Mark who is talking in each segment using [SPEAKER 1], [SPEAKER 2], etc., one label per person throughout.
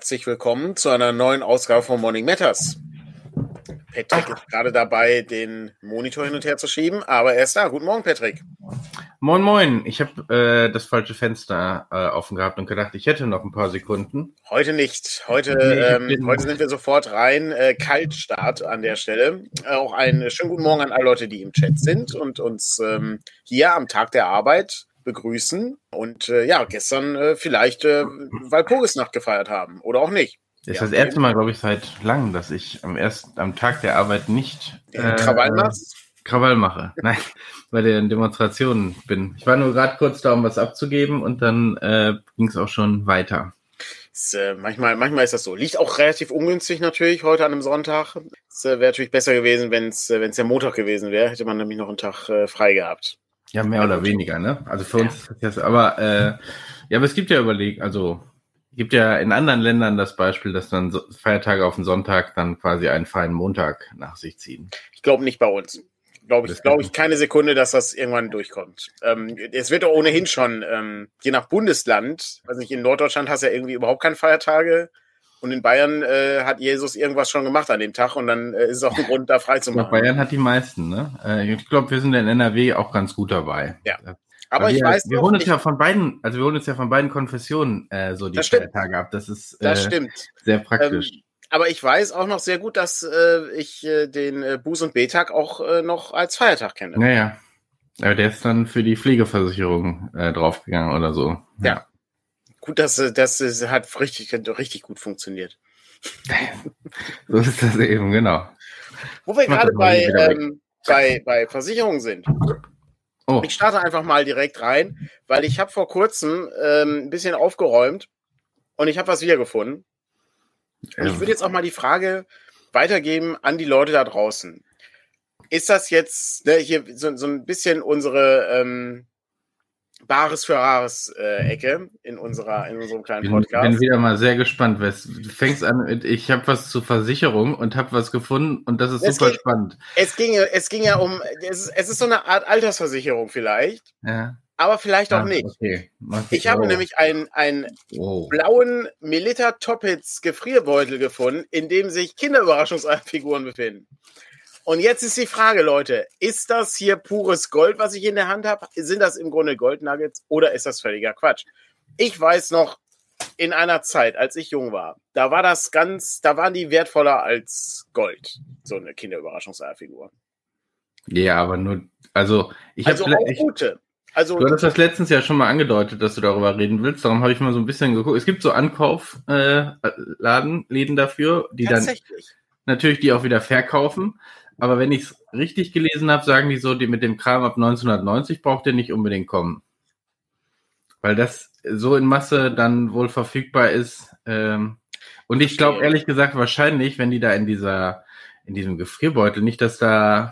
[SPEAKER 1] herzlich willkommen zu einer neuen Ausgabe von Morning Matters. Patrick ist gerade dabei, den Monitor hin und her zu schieben, aber er ist da. Guten Morgen, Patrick.
[SPEAKER 2] Moin, moin. Ich habe das falsche Fenster offen gehabt und gedacht, ich hätte noch ein paar Sekunden.
[SPEAKER 1] Heute nicht. Heute sind wir sofort rein. Kaltstart an der Stelle. Auch einen schönen guten Morgen an alle Leute, die im Chat sind und uns hier am Tag der Arbeit begrüßen. Und gestern vielleicht Walpurgisnacht gefeiert haben oder auch nicht.
[SPEAKER 2] Das ist das erste Mal, glaube ich, seit langem, dass ich am Tag der Arbeit nicht Krawall mache. Nein, bei den Demonstrationen bin. Ich war nur gerade kurz da, um was abzugeben und dann ging es auch schon weiter.
[SPEAKER 1] Manchmal ist das so. Liegt auch relativ ungünstig natürlich heute an einem Sonntag. Es wäre natürlich besser gewesen, wenn es der Montag gewesen wäre. Hätte man nämlich noch einen Tag frei gehabt.
[SPEAKER 2] Ja, mehr oder weniger, ne? Also für uns ist das ja, aber es gibt ja gibt ja in anderen Ländern das Beispiel, dass dann Feiertage auf den Sonntag dann quasi einen freien Montag nach sich ziehen.
[SPEAKER 1] Ich glaube nicht bei uns. Glaube ich keine Sekunde, dass das irgendwann durchkommt. Es wird doch ohnehin schon, je nach Bundesland, also in Norddeutschland hast du ja irgendwie überhaupt keine Feiertage und in Bayern hat Jesus irgendwas schon gemacht an dem Tag und dann ist es auch ein Grund, da frei zu machen.
[SPEAKER 2] Bayern hat die meisten, ne? Ich glaube, wir sind in NRW auch ganz gut dabei.
[SPEAKER 1] Ja. Aber ich weiß
[SPEAKER 2] wir holen uns ja von beiden Konfessionen die Feiertage ab. Das ist
[SPEAKER 1] stimmt.
[SPEAKER 2] Sehr praktisch.
[SPEAKER 1] Aber ich weiß auch noch sehr gut, dass ich den Buß- und B-Tag auch noch als Feiertag kenne.
[SPEAKER 2] Naja. Aber der ist dann für die Pflegeversicherung draufgegangen oder so.
[SPEAKER 1] Ja. Gut, das hat richtig gut funktioniert.
[SPEAKER 2] So ist das eben, genau.
[SPEAKER 1] Wo wir gerade bei Versicherungen sind. Oh. Ich starte einfach mal direkt rein, weil ich habe vor kurzem ein bisschen aufgeräumt und ich habe was wiedergefunden. Und ich würde jetzt auch mal die Frage weitergeben an die Leute da draußen. Ist das jetzt hier so ein bisschen unsere Bares für Rares Ecke in unserem kleinen Podcast?
[SPEAKER 2] Ich bin wieder mal sehr gespannt. Du fängst an, ich habe was zur Versicherung und habe was gefunden und das ist super spannend.
[SPEAKER 1] Es ging ja um, es ist so eine Art Altersversicherung vielleicht, aber vielleicht auch nicht.
[SPEAKER 2] Okay.
[SPEAKER 1] Ich habe nämlich einen blauen Melitta Toppitz Gefrierbeutel gefunden, in dem sich Kinderüberraschungsfiguren befinden. Und jetzt ist die Frage, Leute, ist das hier pures Gold, was ich in der Hand habe? Sind das im Grunde Goldnuggets oder ist das völliger Quatsch? Ich weiß noch, in einer Zeit, als ich jung war, da waren die wertvoller als Gold, so eine Kinderüberraschungsfigur.
[SPEAKER 2] Ja, aber nur,
[SPEAKER 1] auch gute. Also,
[SPEAKER 2] du hattest das letztens ja schon mal angedeutet, dass du darüber reden willst. Darum habe ich mal so ein bisschen geguckt. Es gibt so Läden dafür, die dann natürlich die auch wieder verkaufen. Aber wenn ich es richtig gelesen habe, sagen die so, die mit dem Kram ab 1990 braucht ihr nicht unbedingt kommen. Weil das so in Masse dann wohl verfügbar ist. Und ich glaube ehrlich gesagt wahrscheinlich, wenn die da in diesem Gefrierbeutel, nicht, dass da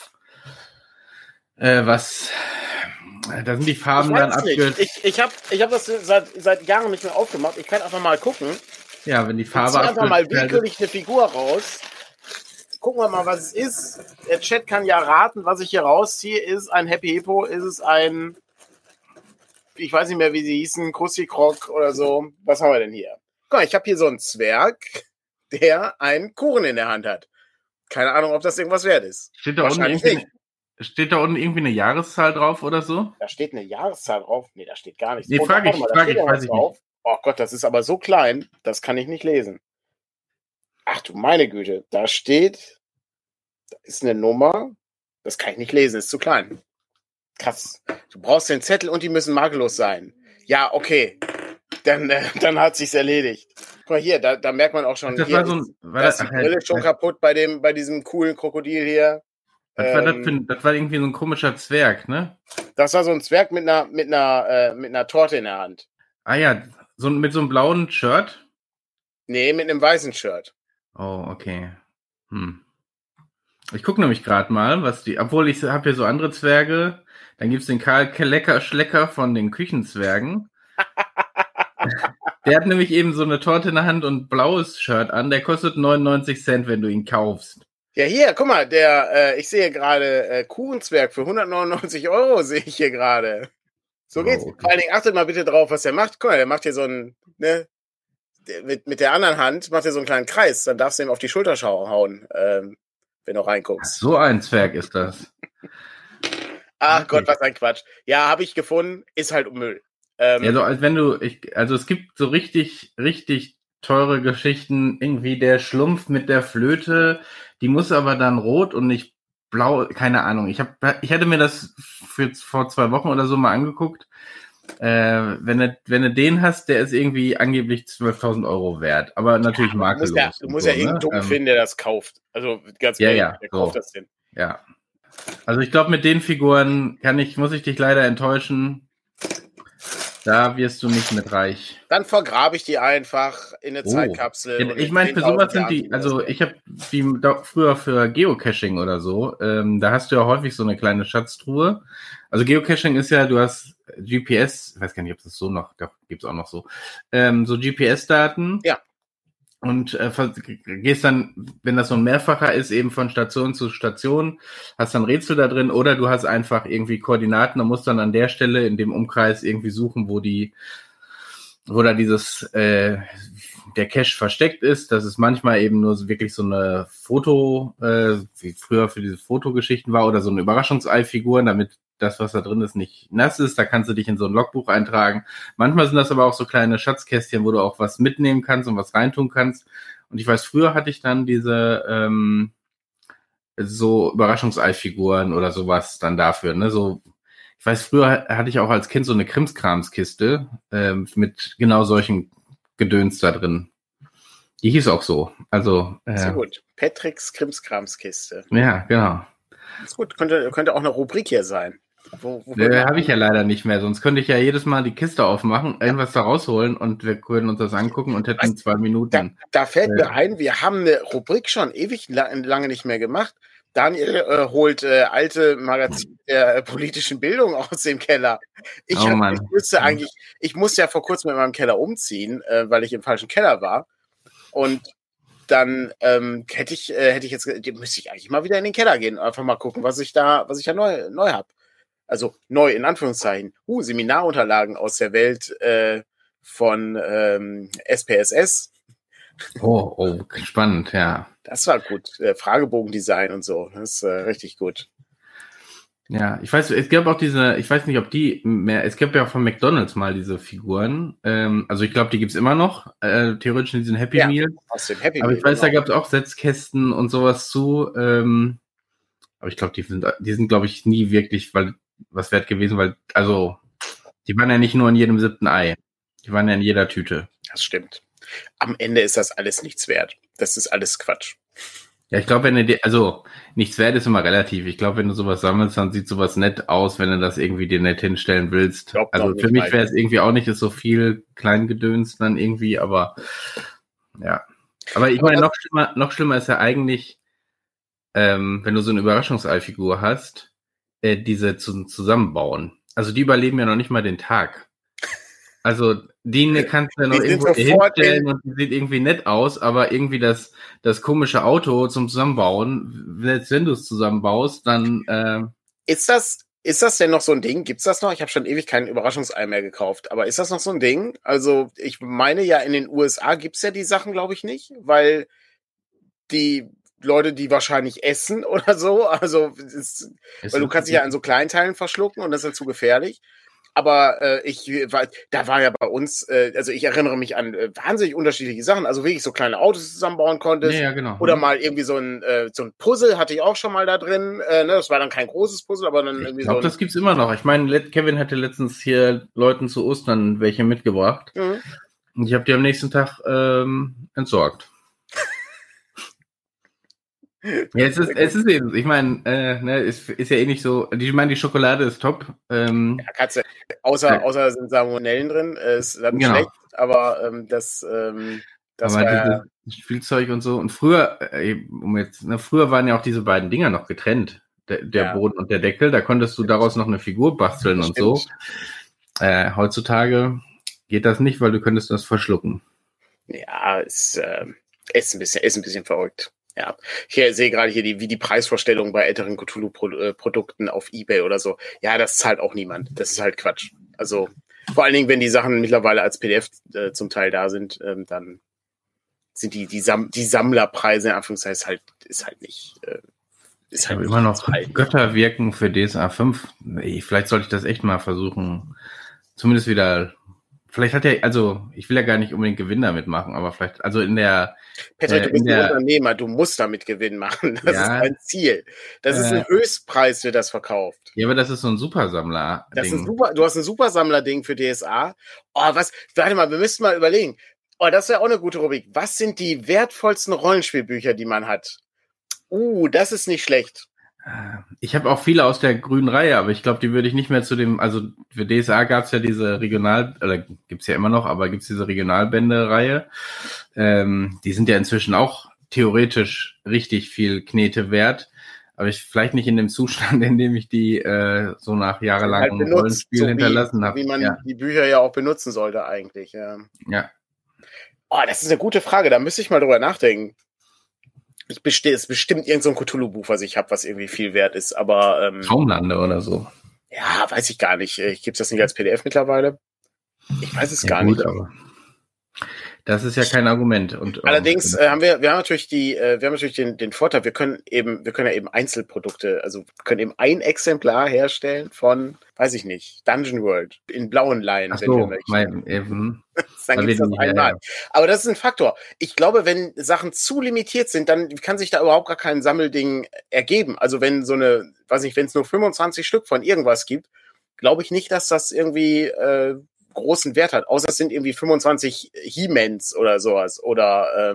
[SPEAKER 2] da sind die Farben dann abgehört.
[SPEAKER 1] Ich hab das seit Jahren nicht mehr aufgemacht. Ich kann einfach mal gucken.
[SPEAKER 2] Ja, wenn die Farbe
[SPEAKER 1] abgehört. Einfach mal willkürlich eine Figur raus. Gucken wir mal, was es ist. Der Chat kann ja raten, was ich hier rausziehe. Ist es ein Happy Hippo? Ist es ein, ich weiß nicht mehr, wie sie hießen, Krusty Krok oder so. Was haben wir denn hier? Guck mal, ich habe hier so einen Zwerg, der einen Kuchen in der Hand hat. Keine Ahnung, ob das irgendwas wert ist.
[SPEAKER 2] Steht da unten irgendwie eine Jahreszahl drauf oder so?
[SPEAKER 1] Da steht eine Jahreszahl drauf? Nee, da steht gar nichts.
[SPEAKER 2] Nee, frage ich, weiß ich nicht.
[SPEAKER 1] Oh Gott, das ist aber so klein, das kann ich nicht lesen. Ach du meine Güte, da ist eine Nummer, das kann ich nicht lesen, ist zu klein. Krass. Du brauchst den Zettel und die müssen makellos sein. Ja, okay. Dann hat sich's erledigt. Guck mal hier, da merkt man auch schon,
[SPEAKER 2] das
[SPEAKER 1] hier ist die Brille schon kaputt bei diesem coolen Krokodil hier.
[SPEAKER 2] Das war irgendwie so ein komischer Zwerg, ne?
[SPEAKER 1] Das war so ein Zwerg mit einer Torte in der Hand.
[SPEAKER 2] Ah ja, mit so einem blauen Shirt?
[SPEAKER 1] Nee, mit einem weißen Shirt.
[SPEAKER 2] Oh, okay. Ich gucke nämlich gerade mal, obwohl ich habe hier so andere Zwerge. Dann gibt's den Karl Lecker-Schlecker von den Küchenzwergen. Der hat nämlich eben so eine Torte in der Hand und ein blaues Shirt an. Der kostet 99 Cent, wenn du ihn kaufst.
[SPEAKER 1] Ja, hier, guck mal, ich sehe gerade Kuchenzwerg für 199 € sehe ich hier gerade. So geht's. Okay. Vor allen Dingen achtet mal bitte drauf, was der macht. Guck mal, der macht hier so ein, mit der anderen Hand macht er so einen kleinen Kreis, dann darfst du ihm auf die Schulter hauen, wenn du reinguckst.
[SPEAKER 2] So ein Zwerg ist das.
[SPEAKER 1] Ach okay. Gott, was ein Quatsch. Ja, habe ich gefunden, ist halt Müll.
[SPEAKER 2] Ja, so als wenn also es gibt so richtig, richtig teure Geschichten, irgendwie der Schlumpf mit der Flöte, die muss aber dann rot und nicht blau, keine Ahnung. Ich hatte mir das vor 2 Wochen oder so mal angeguckt. Wenn du den hast, der ist irgendwie angeblich 12.000 € wert, aber natürlich makellos.
[SPEAKER 1] Du musst ja irgendeinen Dummen finden, der das kauft. Also ganz ehrlich, wer kauft das denn?
[SPEAKER 2] Ja. Also ich glaube, mit den Figuren muss ich dich leider enttäuschen. Da wirst du nicht mit reich.
[SPEAKER 1] Dann vergrabe ich die einfach in eine Zeitkapsel.
[SPEAKER 2] Ja, ich meine, für sowas sind die, also ich habe die früher für Geocaching oder so, da hast du ja häufig so eine kleine Schatztruhe. Also Geocaching ist ja, du hast GPS, ich weiß gar nicht, ob das so noch, da gibt's auch noch so GPS-Daten.
[SPEAKER 1] Ja.
[SPEAKER 2] Und gehst dann, wenn das so ein Mehrfacher ist, eben von Station zu Station, hast dann Rätsel da drin oder du hast einfach irgendwie Koordinaten und musst dann an der Stelle in dem Umkreis irgendwie suchen, wo da dieses der Cache versteckt ist. Das ist manchmal eben nur wirklich so eine wie früher für diese Fotogeschichten war, oder so eine Überraschungsei-Figur, damit das, was da drin ist, nicht nass ist. Da kannst du dich in so ein Logbuch eintragen. Manchmal sind das aber auch so kleine Schatzkästchen, wo du auch was mitnehmen kannst und was reintun kannst. Und ich weiß, früher hatte ich dann diese so Überraschungsei-Figuren oder sowas dann dafür, ne? So, ich weiß, früher hatte ich auch als Kind so eine Krimskramskiste mit genau solchen Gedöns da drin. Die hieß auch so. Also
[SPEAKER 1] sehr gut. Patricks Krimskramskiste.
[SPEAKER 2] Ja, genau.
[SPEAKER 1] Das ist gut. Könnte auch eine Rubrik hier sein.
[SPEAKER 2] Habe ich ja leider nicht mehr. Sonst könnte ich ja jedes Mal die Kiste aufmachen, irgendwas da rausholen und wir können uns das angucken und hätten 2 Minuten.
[SPEAKER 1] Da fällt mir ein, wir haben eine Rubrik schon ewig lange nicht mehr gemacht. Daniel holt alte Magazine der politischen Bildung aus dem Keller. Ich musste ja vor kurzem in meinem Keller umziehen, weil ich im falschen Keller war. Und dann müsste ich eigentlich mal wieder in den Keller gehen, einfach mal gucken, was ich da neu habe. Also neu in Anführungszeichen. Seminarunterlagen aus der Welt von SPSS.
[SPEAKER 2] Oh, spannend, ja.
[SPEAKER 1] Das war gut. Fragebogendesign und so. Das ist richtig gut.
[SPEAKER 2] Ja, ich weiß, es gab auch ich weiß nicht, ob die mehr, es gab ja von McDonald's mal diese Figuren. Also ich glaube, die gibt's immer noch, theoretisch in diesen Happy Meal.
[SPEAKER 1] Aus dem Happy
[SPEAKER 2] aber
[SPEAKER 1] Meal.
[SPEAKER 2] Ich weiß, da gab's auch Setzkästen und sowas zu. Aber ich glaube, die sind, glaube ich, nie wirklich was wert gewesen, weil, also, die waren ja nicht nur in jedem 7. Ei. Die waren ja in jeder Tüte.
[SPEAKER 1] Das stimmt. Am Ende ist das alles nichts wert. Das ist alles Quatsch.
[SPEAKER 2] Ja, ich glaube, nichts wert ist immer relativ. Ich glaube, wenn du sowas sammelst, dann sieht sowas nett aus, wenn du das irgendwie dir nett hinstellen willst. Also für mich wäre es irgendwie auch nicht so viel Kleingedöns dann irgendwie, aber ja. Aber ich meine, noch schlimmer ist ja eigentlich, wenn du so eine Überraschungsei-Figur hast, diese zusammenbauen. Also die überleben ja noch nicht mal den Tag. Also die kannst du ja noch irgendwo hinstellen und die sieht irgendwie nett aus, aber irgendwie das komische Auto zum Zusammenbauen, selbst wenn du es zusammenbaust, dann
[SPEAKER 1] Ist das denn noch so ein Ding? Gibt's das noch? Ich habe schon ewig keinen Überraschungsei mehr gekauft, aber ist das noch so ein Ding? Also ich meine ja, in den USA gibt's ja die Sachen, glaube ich, nicht, weil die Leute, die wahrscheinlich essen oder so, also weil du kannst dich ja an so Kleinteilen verschlucken und das ist dann zu gefährlich. Aber da war ja bei uns, also ich erinnere mich an wahnsinnig unterschiedliche Sachen, also wirklich so kleine Autos zusammenbauen konntest.
[SPEAKER 2] Ja, genau.
[SPEAKER 1] Oder mal irgendwie so ein Puzzle hatte ich auch schon mal da drin. Ne? Das war dann kein großes Puzzle, aber dann irgendwie so. Ich
[SPEAKER 2] glaube, das gibt's immer noch. Ich meine, Kevin hatte letztens hier Leuten zu Ostern welche mitgebracht. Mhm. Und ich habe die am nächsten Tag entsorgt. Ja, es ist eben, ich meine, ist ja eh nicht so, ich meine, die Schokolade ist top.
[SPEAKER 1] Ja, kannst du, außer sind Salmonellen drin, ist dann schlecht, aber das
[SPEAKER 2] aber war dieses Spielzeug und so. Und früher, früher waren ja auch diese beiden Dinger noch getrennt, der Boden und der Deckel, da konntest du daraus noch eine Figur basteln und so. Heutzutage geht das nicht, weil du könntest das verschlucken.
[SPEAKER 1] Ja, ist ein bisschen verrückt. Ja, ich sehe gerade hier wie die Preisvorstellung bei älteren Cthulhu-Produkten auf eBay oder so. Ja, das zahlt auch niemand. Das ist halt Quatsch. Also Vor allen Dingen, wenn die Sachen mittlerweile als PDF zum Teil da sind, dann sind die Sammlerpreise in Anführungszeichen ist halt nicht.
[SPEAKER 2] Ich habe immer noch Götterwirken für DSA 5. Vielleicht sollte ich das echt mal versuchen. Zumindest wieder. Vielleicht hat er, also ich will ja gar nicht unbedingt Gewinn damit machen, aber vielleicht, also in der.
[SPEAKER 1] Patrick, du bist ein Unternehmer, du musst damit Gewinn machen. Das ist dein Ziel. Das ist ein Höchstpreis, der das verkauft.
[SPEAKER 2] Ja, aber das ist so ein Supersammler-Ding.
[SPEAKER 1] Du hast ein Supersammler-Ding für DSA. Warte mal, wir müssten mal überlegen. Das wäre auch eine gute Rubrik. Was sind die wertvollsten Rollenspielbücher, die man hat? Das ist nicht schlecht.
[SPEAKER 2] Ich habe auch viele aus der grünen Reihe, aber ich glaube, die würde ich nicht mehr also für DSA gab es ja diese gibt's ja immer noch, aber gibt's diese Regionalbände-Reihe. Die sind ja inzwischen auch theoretisch richtig viel Knete wert, aber vielleicht nicht in dem Zustand, in dem ich die so nach jahrelangem Rollenspiel hinterlassen habe.
[SPEAKER 1] Wie man die Bücher ja auch benutzen sollte eigentlich. Ja. Das ist eine gute Frage, da müsste ich mal drüber nachdenken. Es ist bestimmt irgend so ein Cthulhu-Buch, was ich habe, was irgendwie viel wert ist, aber
[SPEAKER 2] Traumlande oder so.
[SPEAKER 1] Ja, weiß ich gar nicht. Gibt's das nicht als PDF mittlerweile? Ich weiß es gar nicht.
[SPEAKER 2] Aber das ist ja kein Argument. Und
[SPEAKER 1] allerdings haben wir natürlich den Vorteil, wir können ja eben Einzelprodukte, also wir können eben ein Exemplar herstellen von, weiß ich nicht, Dungeon World in blauen Leinen,
[SPEAKER 2] wenn wir möchten.
[SPEAKER 1] Dann gibt's das einmal. Ja. Aber das ist ein Faktor. Ich glaube, wenn Sachen zu limitiert sind, dann kann sich da überhaupt gar kein Sammelding ergeben. Also wenn wenn es nur 25 Stück von irgendwas gibt, glaube ich nicht, dass das irgendwie großen Wert hat. Außer es sind irgendwie 25 He-Mans oder sowas oder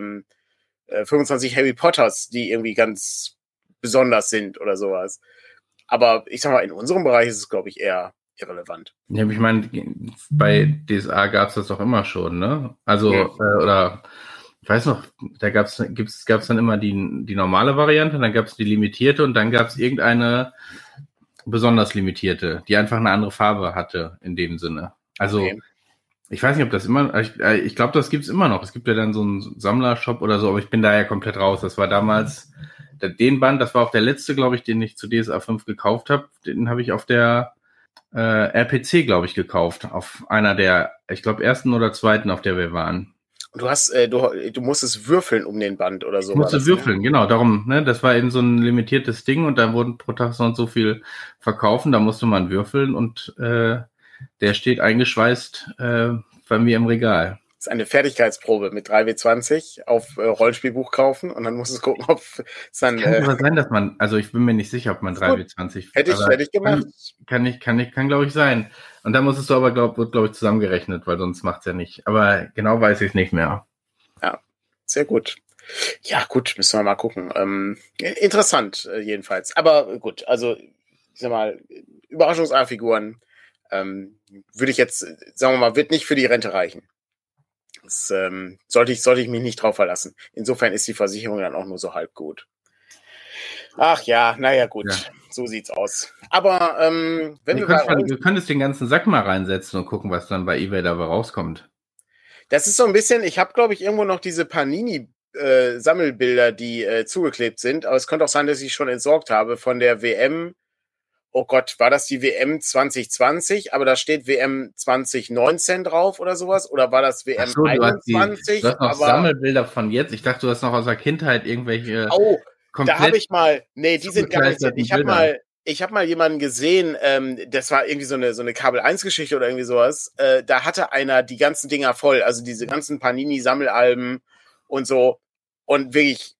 [SPEAKER 1] 25 Harry Potters, die irgendwie ganz besonders sind oder sowas. Aber ich sag mal, in unserem Bereich ist es, glaube ich, eher irrelevant.
[SPEAKER 2] Ja, ich meine, bei DSA gab es das doch immer schon, ne? Also, oder ich weiß noch, da gab's dann immer die normale Variante, dann gab es die limitierte und dann gab es irgendeine besonders limitierte, die einfach eine andere Farbe hatte in dem Sinne. Also, Ich weiß nicht, ob das immer, ich glaube, das gibt's immer noch. Es gibt ja dann so einen Sammlershop oder so, aber ich bin da ja komplett raus. Das war damals den Band, das war auch der letzte, glaube ich, den ich zu DSA 5 gekauft habe. Den habe ich auf der RPC, glaube ich, gekauft. Auf einer der, ich glaube, ersten oder zweiten, auf der wir waren.
[SPEAKER 1] Und du musstest würfeln um den Band oder so.
[SPEAKER 2] Ich musste würfeln, genau. Darum, ne, das war eben so ein limitiertes Ding und da wurden pro Tag so und so viel verkaufen. Da musste man würfeln und der steht eingeschweißt bei mir im Regal.
[SPEAKER 1] Das ist eine Fertigkeitsprobe mit 3W20 auf Rollenspielbuch kaufen und dann muss es gucken, ob es dann...
[SPEAKER 2] Kann aber sein, dass man, also ich bin mir nicht sicher, ob man 3W20...
[SPEAKER 1] Hätte ich gemacht.
[SPEAKER 2] Kann glaube ich sein. Und dann muss es so aber, wird glaube ich zusammengerechnet, weil sonst macht es ja nicht. Aber genau weiß ich es nicht mehr.
[SPEAKER 1] Ja, sehr gut. Ja, gut, müssen wir mal gucken. Interessant jedenfalls. Aber gut, also ich sag mal, Überraschungs-A-Figuren würde ich jetzt, sagen wir mal, wird nicht für die Rente reichen. Das sollte ich mich nicht drauf verlassen. Insofern ist die Versicherung dann auch nur so halb gut. Ach ja, naja, gut. Ja. So sieht's aus. Aber
[SPEAKER 2] du könntest den ganzen Sack mal reinsetzen und gucken, was dann bei eBay dabei rauskommt.
[SPEAKER 1] Das ist so ein bisschen, ich habe, glaube ich, irgendwo noch diese Panini-Sammelbilder, die zugeklebt sind. Aber es könnte auch sein, dass ich schon entsorgt habe von der WM. Oh Gott, war das die WM 2020? Aber da steht WM 2019 drauf oder sowas? Oder war das WM 21?
[SPEAKER 2] Du hast noch Sammelbilder von jetzt. Ich dachte, du hast noch aus der Kindheit irgendwelche...
[SPEAKER 1] Oh, da habe ich mal... Nee, die sind gar nicht... Ich habe mal jemanden gesehen, das war irgendwie so eine Kabel-1-Geschichte oder irgendwie sowas. Da hatte einer die ganzen Dinger voll. Also diese ganzen Panini-Sammelalben und so. Und wirklich...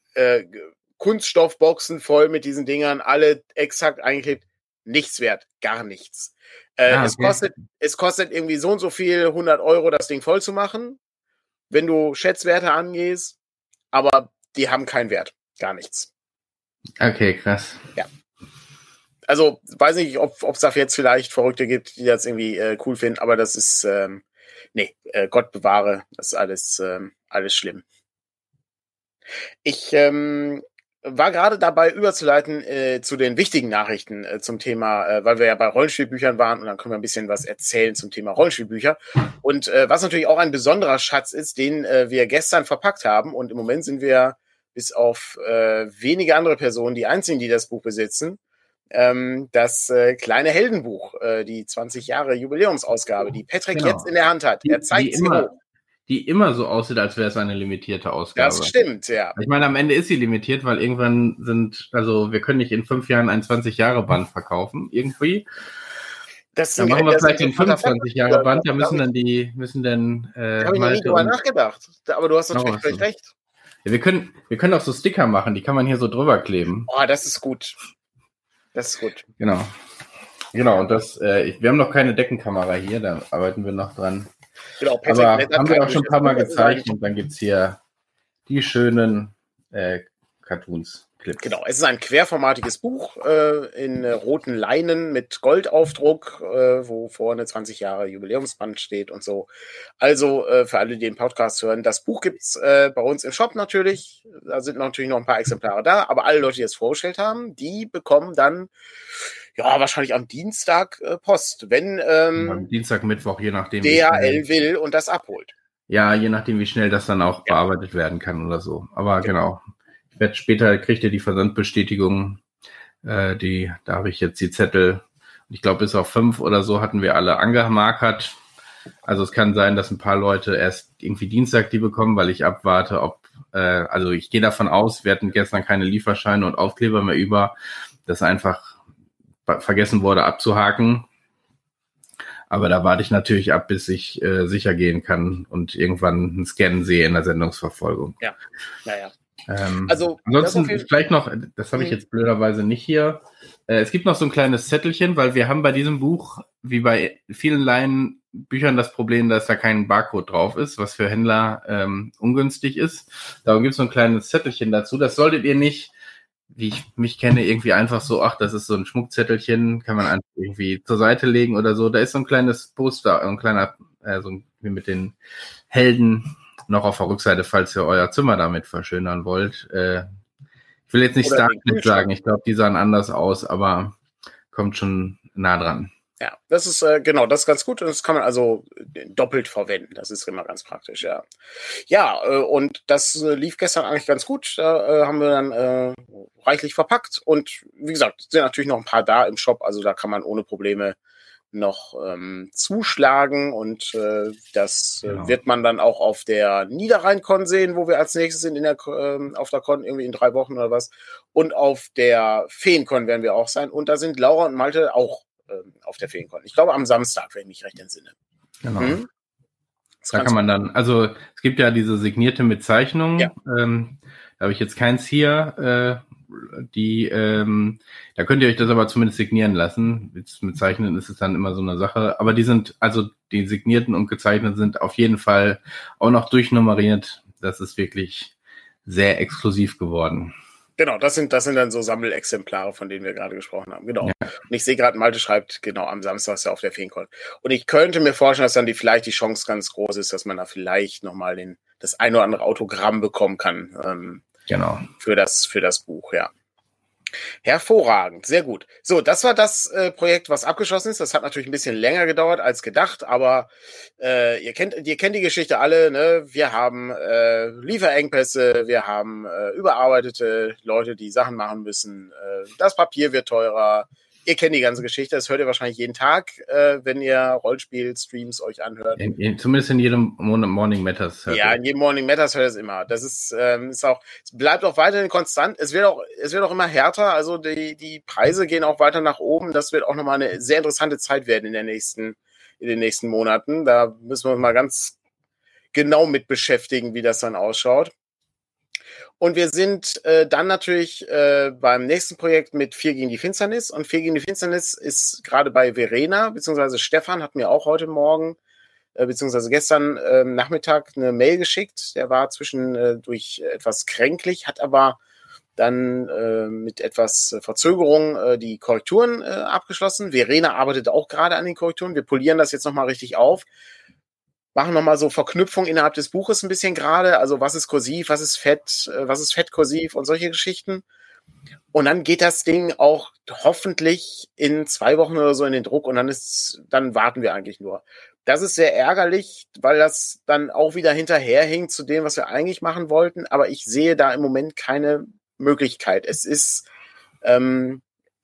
[SPEAKER 1] Kunststoffboxen voll mit diesen Dingern, alle exakt eingeklebt, nichts wert, gar nichts. Okay. Es kostet irgendwie so und so viel, 100 €, das Ding voll zu machen, wenn du Schätzwerte angehst, aber die haben keinen Wert, gar nichts.
[SPEAKER 2] Okay, krass.
[SPEAKER 1] Ja. Also, weiß nicht, ob es da jetzt vielleicht Verrückte gibt, die das irgendwie cool finden, aber das ist, Gott bewahre, das ist alles schlimm. Ich war gerade dabei, überzuleiten zu den wichtigen Nachrichten zum Thema, weil wir ja bei Rollenspielbüchern waren und dann können wir ein bisschen was erzählen zum Thema Rollenspielbücher. Und was natürlich auch ein besonderer Schatz ist, den wir gestern verpackt haben. Und im Moment sind wir bis auf wenige andere Personen die einzigen, die das Buch besitzen. das kleine Heldenbuch, die 20 Jahre Jubiläumsausgabe, die Patrick jetzt in der Hand hat. Er zeigt sie hoch.
[SPEAKER 2] Die immer so aussieht, als wäre es eine limitierte Ausgabe.
[SPEAKER 1] Das stimmt, ja.
[SPEAKER 2] Ich meine, am Ende ist sie limitiert, weil irgendwann wir können nicht in 5 Jahren ein 20-Jahre-Band verkaufen, irgendwie. Dann machen wir vielleicht den 25-Jahre-Band, da müssen dann
[SPEAKER 1] da habe ich noch nie drüber nachgedacht, aber du hast natürlich völlig recht.
[SPEAKER 2] Ja, wir können auch so Sticker machen, die kann man hier so drüber kleben.
[SPEAKER 1] Oh, das ist gut. Das ist gut.
[SPEAKER 2] Genau, und wir haben noch keine Deckenkamera hier, da arbeiten wir noch dran.
[SPEAKER 1] Genau,
[SPEAKER 2] aber haben wir auch schon ein paar Mal gezeigt und dann gibt es hier die schönen Cartoons. Clips.
[SPEAKER 1] Genau, es ist ein querformatiges Buch in roten Leinen mit Goldaufdruck, wo vorne 20 Jahre Jubiläumsband steht und so. Also für alle, die den Podcast hören, das Buch gibt's bei uns im Shop natürlich. Da sind natürlich noch ein paar Exemplare da, aber alle Leute, die es vorgestellt haben, die bekommen dann wahrscheinlich am Dienstag Post, wenn
[SPEAKER 2] am Dienstag, Mittwoch, je nachdem
[SPEAKER 1] DHL will und das abholt.
[SPEAKER 2] Ja, je nachdem, wie schnell das dann auch bearbeitet werden kann oder so. Aber genau. Später kriegt ihr die Versandbestätigung. Da habe ich jetzt die Zettel. Ich glaube, bis auf 5 oder so hatten wir alle angemarkert. Also es kann sein, dass ein paar Leute erst irgendwie Dienstag die bekommen, weil ich abwarte, also ich gehe davon aus, wir hatten gestern keine Lieferscheine und Aufkleber mehr über, dass einfach vergessen wurde abzuhaken. Aber da warte ich natürlich ab, bis ich sicher gehen kann und irgendwann einen Scan sehe in der Sendungsverfolgung.
[SPEAKER 1] Ja, naja.
[SPEAKER 2] Also ansonsten vielleicht noch, das habe ich jetzt blöderweise nicht hier. Es gibt noch so ein kleines Zettelchen, weil wir haben bei diesem Buch, wie bei vielen Laienbüchern, das Problem, dass da kein Barcode drauf ist, was für Händler ungünstig ist. Darum gibt es so ein kleines Zettelchen dazu. Das solltet ihr nicht, wie ich mich kenne, irgendwie einfach so, das ist so ein Schmuckzettelchen, kann man einfach irgendwie zur Seite legen oder so. Da ist so ein kleines Poster, ein kleiner, wie mit den Helden noch auf der Rückseite, falls ihr euer Zimmer damit verschönern wollt. Ich will jetzt nicht Starknet sagen, ich glaube, die sahen anders aus, aber kommt schon nah dran.
[SPEAKER 1] Ja, das ist das ist ganz gut und das kann man also doppelt verwenden. Das ist immer ganz praktisch, ja. Ja, und das lief gestern eigentlich ganz gut. Da haben wir dann reichlich verpackt und wie gesagt, sind natürlich noch ein paar da im Shop, also da kann man ohne Probleme noch zuschlagen und das wird man dann auch auf der Niederrhein-Con sehen, wo wir als nächstes sind auf der Con, irgendwie in 3 Wochen oder was. Und auf der Feen-Con werden wir auch sein. Und da sind Laura und Malte auch auf der Feen-Con. Ich glaube am Samstag, wenn ich mich recht entsinne.
[SPEAKER 2] Genau. Da kann man dann, also es gibt ja diese signierte mit Zeichnung. Ja. Da habe ich jetzt keins hier. Da könnt ihr euch das aber zumindest signieren lassen. Mit Zeichnen ist es dann immer so eine Sache. Aber die signierten und gezeichneten sind auf jeden Fall auch noch durchnummeriert. Das ist wirklich sehr exklusiv geworden.
[SPEAKER 1] Genau, das sind dann so Sammelexemplare, von denen wir gerade gesprochen haben. Genau. Ja. Und ich sehe gerade, Malte schreibt, genau, am Samstag ist er auf der Feencon. Und ich könnte mir vorstellen, dass dann vielleicht die Chance ganz groß ist, dass man da vielleicht nochmal das ein oder andere Autogramm bekommen kann.
[SPEAKER 2] Genau.
[SPEAKER 1] Für das Buch, ja. Hervorragend, sehr gut. So, das war das Projekt, was abgeschlossen ist. Das hat natürlich ein bisschen länger gedauert als gedacht, aber ihr kennt die Geschichte alle, ne? Wir haben Lieferengpässe, wir haben überarbeitete Leute, die Sachen machen müssen. Das Papier wird teurer. Ihr kennt die ganze Geschichte, das hört ihr wahrscheinlich jeden Tag, wenn ihr Rollenspiel-Streams euch anhört.
[SPEAKER 2] Zumindest in jedem Morning Matters.
[SPEAKER 1] Ja, in jedem Morning Matters hört es immer. Das ist auch, es bleibt auch weiterhin konstant. Es wird auch immer härter. Also die Preise gehen auch weiter nach oben. Das wird auch nochmal eine sehr interessante Zeit werden in den nächsten Monaten. Da müssen wir uns mal ganz genau mit beschäftigen, wie das dann ausschaut. Und wir sind dann natürlich beim nächsten Projekt mit 4 gegen die Finsternis. Und 4 gegen die Finsternis ist gerade bei Verena, beziehungsweise Stefan hat mir auch heute Morgen, beziehungsweise gestern Nachmittag eine Mail geschickt. Der war zwischendurch etwas kränklich, hat aber dann mit etwas Verzögerung die Korrekturen abgeschlossen. Verena arbeitet auch gerade an den Korrekturen. Wir polieren das jetzt nochmal richtig auf. Machen nochmal so Verknüpfung innerhalb des Buches ein bisschen gerade. Also was ist kursiv, was ist fettkursiv und solche Geschichten. Und dann geht das Ding auch hoffentlich in 2 Wochen oder so in den Druck und dann warten wir eigentlich nur. Das ist sehr ärgerlich, weil das dann auch wieder hinterherhinkt zu dem, was wir eigentlich machen wollten. Aber ich sehe da im Moment keine Möglichkeit. Es ist,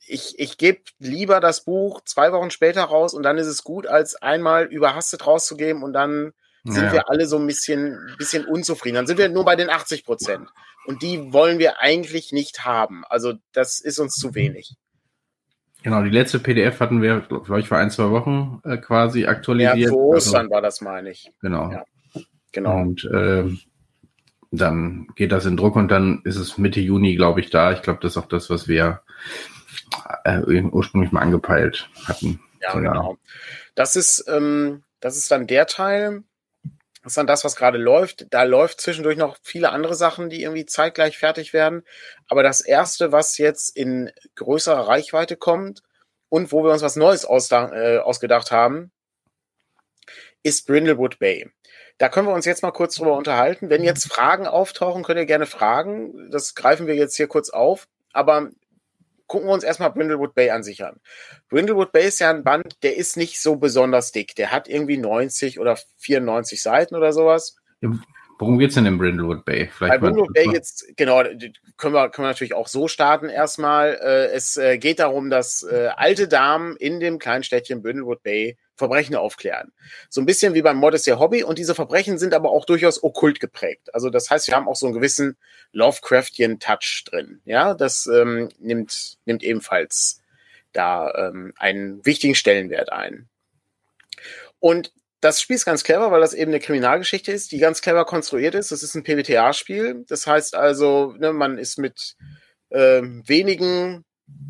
[SPEAKER 1] ich gebe lieber das Buch 2 Wochen später raus und dann ist es gut, als einmal überhastet rauszugeben und dann sind wir alle so ein bisschen unzufrieden. Dann sind wir nur bei den 80%. Und die wollen wir eigentlich nicht haben. Also das ist uns zu wenig.
[SPEAKER 2] Genau, die letzte PDF hatten wir, glaube ich, vor 1-2 Wochen quasi aktualisiert. Ja,
[SPEAKER 1] zu Ostern war das, meine ich.
[SPEAKER 2] Genau.
[SPEAKER 1] Ja, genau.
[SPEAKER 2] Und dann geht das in Druck und dann ist es Mitte Juni, glaube ich, da. Ich glaube, das ist auch das, was wir ursprünglich mal angepeilt hatten.
[SPEAKER 1] Ja, genau. Das ist dann der Teil. Das ist dann das, was gerade läuft. Da läuft zwischendurch noch viele andere Sachen, die irgendwie zeitgleich fertig werden. Aber das Erste, was jetzt in größerer Reichweite kommt und wo wir uns was Neues ausgedacht haben, ist Brindlewood Bay. Da können wir uns jetzt mal kurz drüber unterhalten. Wenn jetzt Fragen auftauchen, könnt ihr gerne fragen. Das greifen wir jetzt hier kurz auf. Aber gucken wir uns erstmal Brindlewood Bay an sich an. Brindlewood Bay ist ja ein Band, der ist nicht so besonders dick. Der hat irgendwie 90 oder 94 Seiten oder sowas.
[SPEAKER 2] Worum geht's denn in Brindlewood Bay?
[SPEAKER 1] Bei Brindlewood Bay geht's, genau, können wir natürlich auch so starten erstmal. Es geht darum, dass alte Damen in dem kleinen Städtchen Brindlewood Bay Verbrechen aufklären. So ein bisschen wie beim Mord ist ihr Hobby und diese Verbrechen sind aber auch durchaus okkult geprägt. Also das heißt, wir haben auch so einen gewissen Lovecraftian Touch drin. Ja, das nimmt ebenfalls da einen wichtigen Stellenwert ein. Und das Spiel ist ganz clever, weil das eben eine Kriminalgeschichte ist, die ganz clever konstruiert ist. Das ist ein PBTA-Spiel. Das heißt also, man ist mit wenigen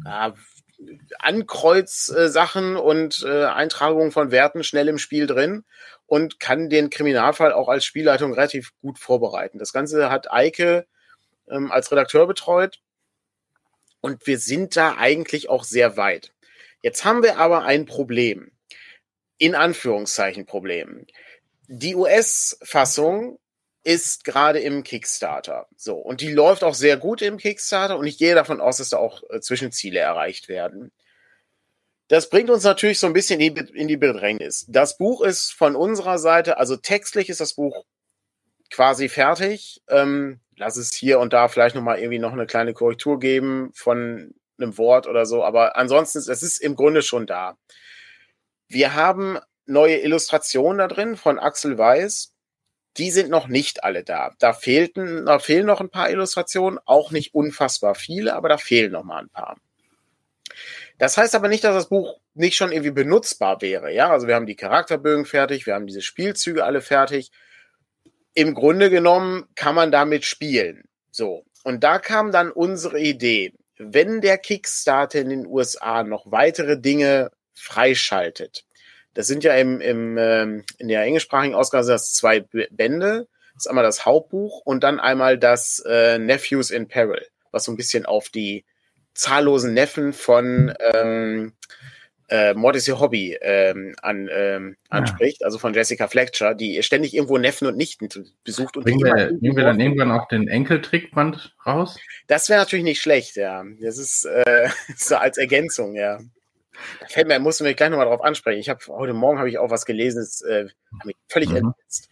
[SPEAKER 1] Ankreuz-Sachen und Eintragungen von Werten schnell im Spiel drin und kann den Kriminalfall auch als Spielleitung relativ gut vorbereiten. Das Ganze hat Eike als Redakteur betreut und wir sind da eigentlich auch sehr weit. Jetzt haben wir aber ein Problem. In Anführungszeichen Problem. Die US-Fassung ist gerade im Kickstarter. So, und die läuft auch sehr gut im Kickstarter und ich gehe davon aus, dass da auch Zwischenziele erreicht werden. Das bringt uns natürlich so ein bisschen in die Bedrängnis. Das Buch ist von unserer Seite, also textlich ist das Buch quasi fertig. Lass es hier und da vielleicht noch eine kleine Korrektur geben von einem Wort oder so, aber ansonsten, es ist im Grunde schon da. Wir haben neue Illustrationen da drin von Axel Weiß. Die sind noch nicht alle da. Da fehlen noch ein paar Illustrationen, auch nicht unfassbar viele, aber da fehlen noch mal ein paar. Das heißt aber nicht, dass das Buch nicht schon irgendwie benutzbar wäre. Ja, also wir haben die Charakterbögen fertig, wir haben diese Spielzüge alle fertig. Im Grunde genommen kann man damit spielen. So. Und da kam dann unsere Idee, wenn der Kickstarter in den USA noch weitere Dinge freischaltet. Das sind ja in der englischsprachigen Ausgabe das 2 Bände. Das ist einmal das Hauptbuch und dann einmal das Nephews in Peril, was so ein bisschen auf die zahllosen Neffen von Mord ist ihr Hobby anspricht, also von Jessica Fletcher, die ständig irgendwo Neffen und Nichten besucht. Und
[SPEAKER 2] nehmen wir dann irgendwann auch den Enkeltrickband raus? Das
[SPEAKER 1] wäre natürlich nicht schlecht, ja. Das ist so als Ergänzung, ja. Da musst du mich gleich nochmal drauf ansprechen. Heute Morgen habe ich auch was gelesen, das hat mich völlig entsetzt.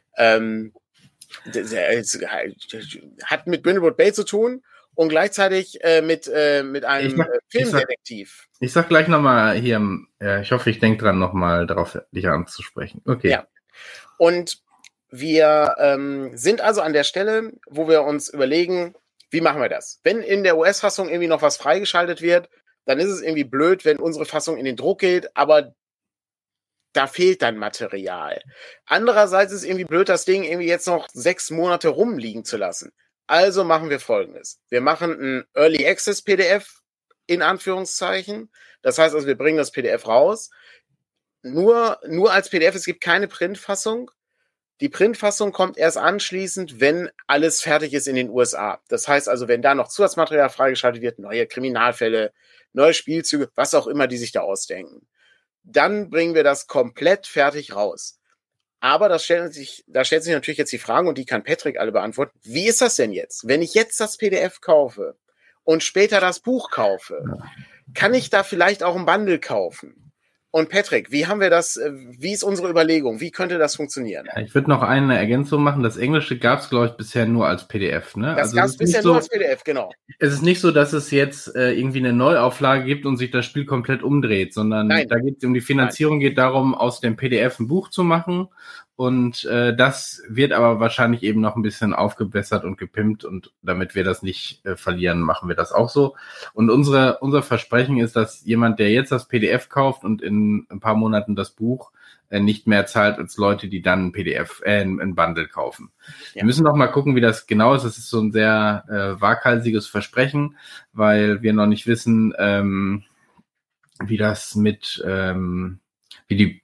[SPEAKER 1] Hat mit Brindlewood Bay zu tun und gleichzeitig mit einem Filmdetektiv.
[SPEAKER 2] Ich sag gleich nochmal hier, ich hoffe, ich denke dran, nochmal darauf dich anzusprechen. Okay.
[SPEAKER 1] Ja. Und wir sind also an der Stelle, wo wir uns überlegen, wie machen wir das? Wenn in der US-Fassung irgendwie noch was freigeschaltet wird, dann ist es irgendwie blöd, wenn unsere Fassung in den Druck geht, aber da fehlt dann Material. Andererseits ist es irgendwie blöd, das Ding irgendwie jetzt noch 6 Monate rumliegen zu lassen. Also machen wir Folgendes. Wir machen ein Early Access PDF in Anführungszeichen. Das heißt also, wir bringen das PDF raus. Nur als PDF, es gibt keine Printfassung. Die Printfassung kommt erst anschließend, wenn alles fertig ist in den USA. Das heißt also, wenn da noch Zusatzmaterial freigeschaltet wird, neue Kriminalfälle, neue Spielzüge, was auch immer die sich da ausdenken. Dann bringen wir das komplett fertig raus. Aber da stellt sich natürlich jetzt die Frage, und die kann Patrick alle beantworten. Wie ist das denn jetzt? Wenn ich jetzt das PDF kaufe und später das Buch kaufe, kann ich da vielleicht auch ein Bundle kaufen? Und Patrick, wie haben wir das, wie ist unsere Überlegung? Wie könnte das funktionieren?
[SPEAKER 2] Ja, ich würde noch eine Ergänzung machen. Das Englische gab es, glaube ich, bisher nur als PDF. Ne?
[SPEAKER 1] Das gab es bisher nur als PDF, genau.
[SPEAKER 2] Es ist nicht so, dass es jetzt irgendwie eine Neuauflage gibt und sich das Spiel komplett umdreht, sondern da geht es um die Finanzierung, geht darum, aus dem PDF ein Buch zu machen. Und das wird aber wahrscheinlich eben noch ein bisschen aufgebessert und gepimpt. Und damit wir das nicht verlieren, machen wir das auch so. Und unser Versprechen ist, dass jemand, der jetzt das PDF kauft und in ein paar Monaten das Buch, nicht mehr zahlt als Leute, die dann ein PDF, ein Bundle kaufen. Ja. Wir müssen noch mal gucken, wie das genau ist. Das ist so ein sehr waghalsiges Versprechen, weil wir noch nicht wissen, wie das mit, wie die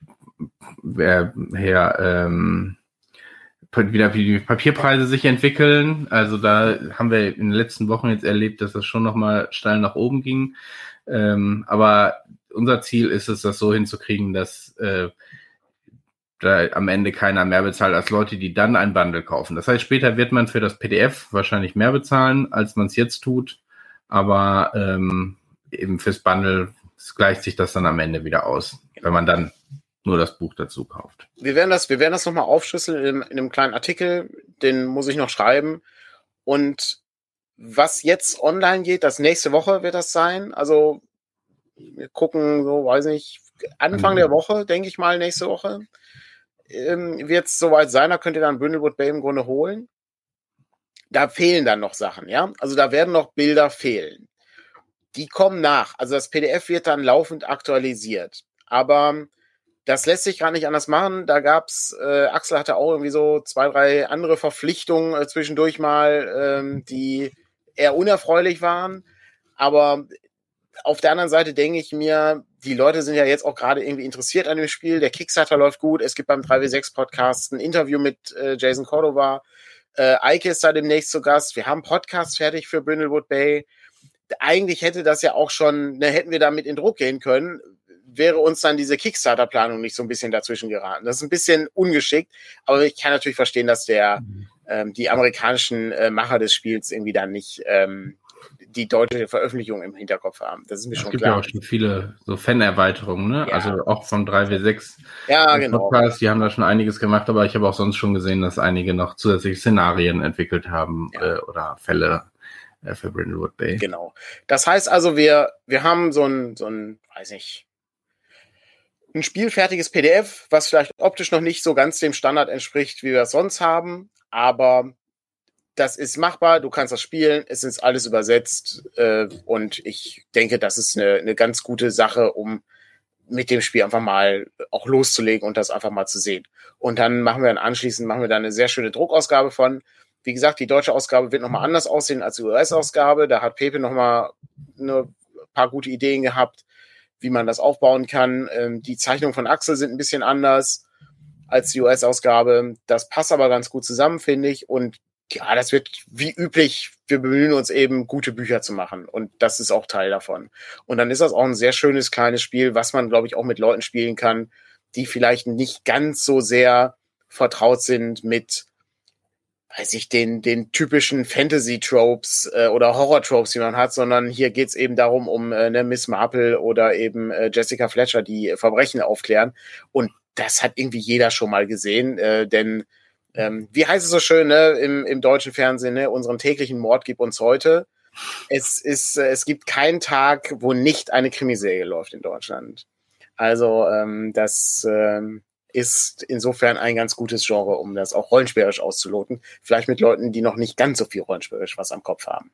[SPEAKER 2] wie die Papierpreise sich entwickeln. Also da haben wir in den letzten Wochen jetzt erlebt, dass das schon noch mal steil nach oben ging. Aber unser Ziel ist es, das so hinzukriegen, dass da am Ende keiner mehr bezahlt als Leute, die dann ein Bundle kaufen. Das heißt, später wird man für das PDF wahrscheinlich mehr bezahlen, als man es jetzt tut. Aber eben fürs Bundle gleicht sich das dann am Ende wieder aus, wenn man dann nur das Buch dazu kauft.
[SPEAKER 1] Wir werden das nochmal aufschlüsseln in einem kleinen Artikel, den muss ich noch schreiben. Und was jetzt online geht, das nächste Woche wird das sein. Also wir gucken, so weiß nicht, Anfang der Woche, denke ich mal, nächste Woche wird es soweit sein, da könnt ihr dann Brindlewood Bay im Grunde holen. Da fehlen dann noch Sachen, ja. Also da werden noch Bilder fehlen. Die kommen nach. Also das PDF wird dann laufend aktualisiert. Aber das lässt sich gar nicht anders machen. Da gab's, Axel hatte auch irgendwie so 2, 3 andere Verpflichtungen zwischendurch mal, die eher unerfreulich waren. Aber auf der anderen Seite denke ich mir, die Leute sind ja jetzt auch gerade irgendwie interessiert an dem Spiel. Der Kickstarter läuft gut. Es gibt beim 3W6-Podcast ein Interview mit Jason Cordova. Eike ist da demnächst zu Gast. Wir haben Podcasts fertig für Brindlewood Bay. Eigentlich hätte das ja auch schon, hätten wir damit in Druck gehen können, wäre uns dann diese Kickstarter-Planung nicht so ein bisschen dazwischen geraten. Das ist ein bisschen ungeschickt, aber ich kann natürlich verstehen, dass die amerikanischen Macher des Spiels irgendwie dann nicht die deutsche Veröffentlichung im Hinterkopf haben. Das ist mir schon klar. Es gibt ja
[SPEAKER 2] auch schon viele so Fan-Erweiterungen, ne? Ja. Also auch vom 3W6
[SPEAKER 1] genau.
[SPEAKER 2] Podcast, die haben da schon einiges gemacht, aber ich habe auch sonst schon gesehen, dass einige noch zusätzliche Szenarien entwickelt haben oder Fälle für Brindlewood Bay.
[SPEAKER 1] Genau. Das heißt also, wir haben so ein, weiß nicht, ein spielfertiges PDF, was vielleicht optisch noch nicht so ganz dem Standard entspricht, wie wir es sonst haben, aber das ist machbar, du kannst das spielen, es ist alles übersetzt und ich denke, das ist eine ganz gute Sache, um mit dem Spiel einfach mal auch loszulegen und das einfach mal zu sehen. Und dann anschließend machen wir da eine sehr schöne Druckausgabe von. Wie gesagt, die deutsche Ausgabe wird nochmal anders aussehen als die US-Ausgabe. Da hat Pepe nochmal ein paar gute Ideen gehabt, wie man das aufbauen kann. Die Zeichnungen von Axel sind ein bisschen anders als die US-Ausgabe. Das passt aber ganz gut zusammen, finde ich. Und ja, das wird wie üblich, wir bemühen uns eben, gute Bücher zu machen. Und das ist auch Teil davon. Und dann ist das auch ein sehr schönes, kleines Spiel, was man, glaube ich, auch mit Leuten spielen kann, die vielleicht nicht ganz so sehr vertraut sind mit, weiß ich, den typischen Fantasy-Tropes oder Horror-Tropes, die man hat, sondern hier geht's eben darum, um Miss Marple oder eben Jessica Fletcher, die Verbrechen aufklären. Und das hat irgendwie jeder schon mal gesehen, denn wie heißt es so schön, ne, im deutschen Fernsehen, ne, unseren täglichen Mord gibt uns heute. Es gibt keinen Tag, wo nicht eine Krimiserie läuft in Deutschland. Also das ist insofern ein ganz gutes Genre, um das auch rollenspielerisch auszuloten. Vielleicht mit Leuten, die noch nicht ganz so viel rollenspielerisch was am Kopf haben.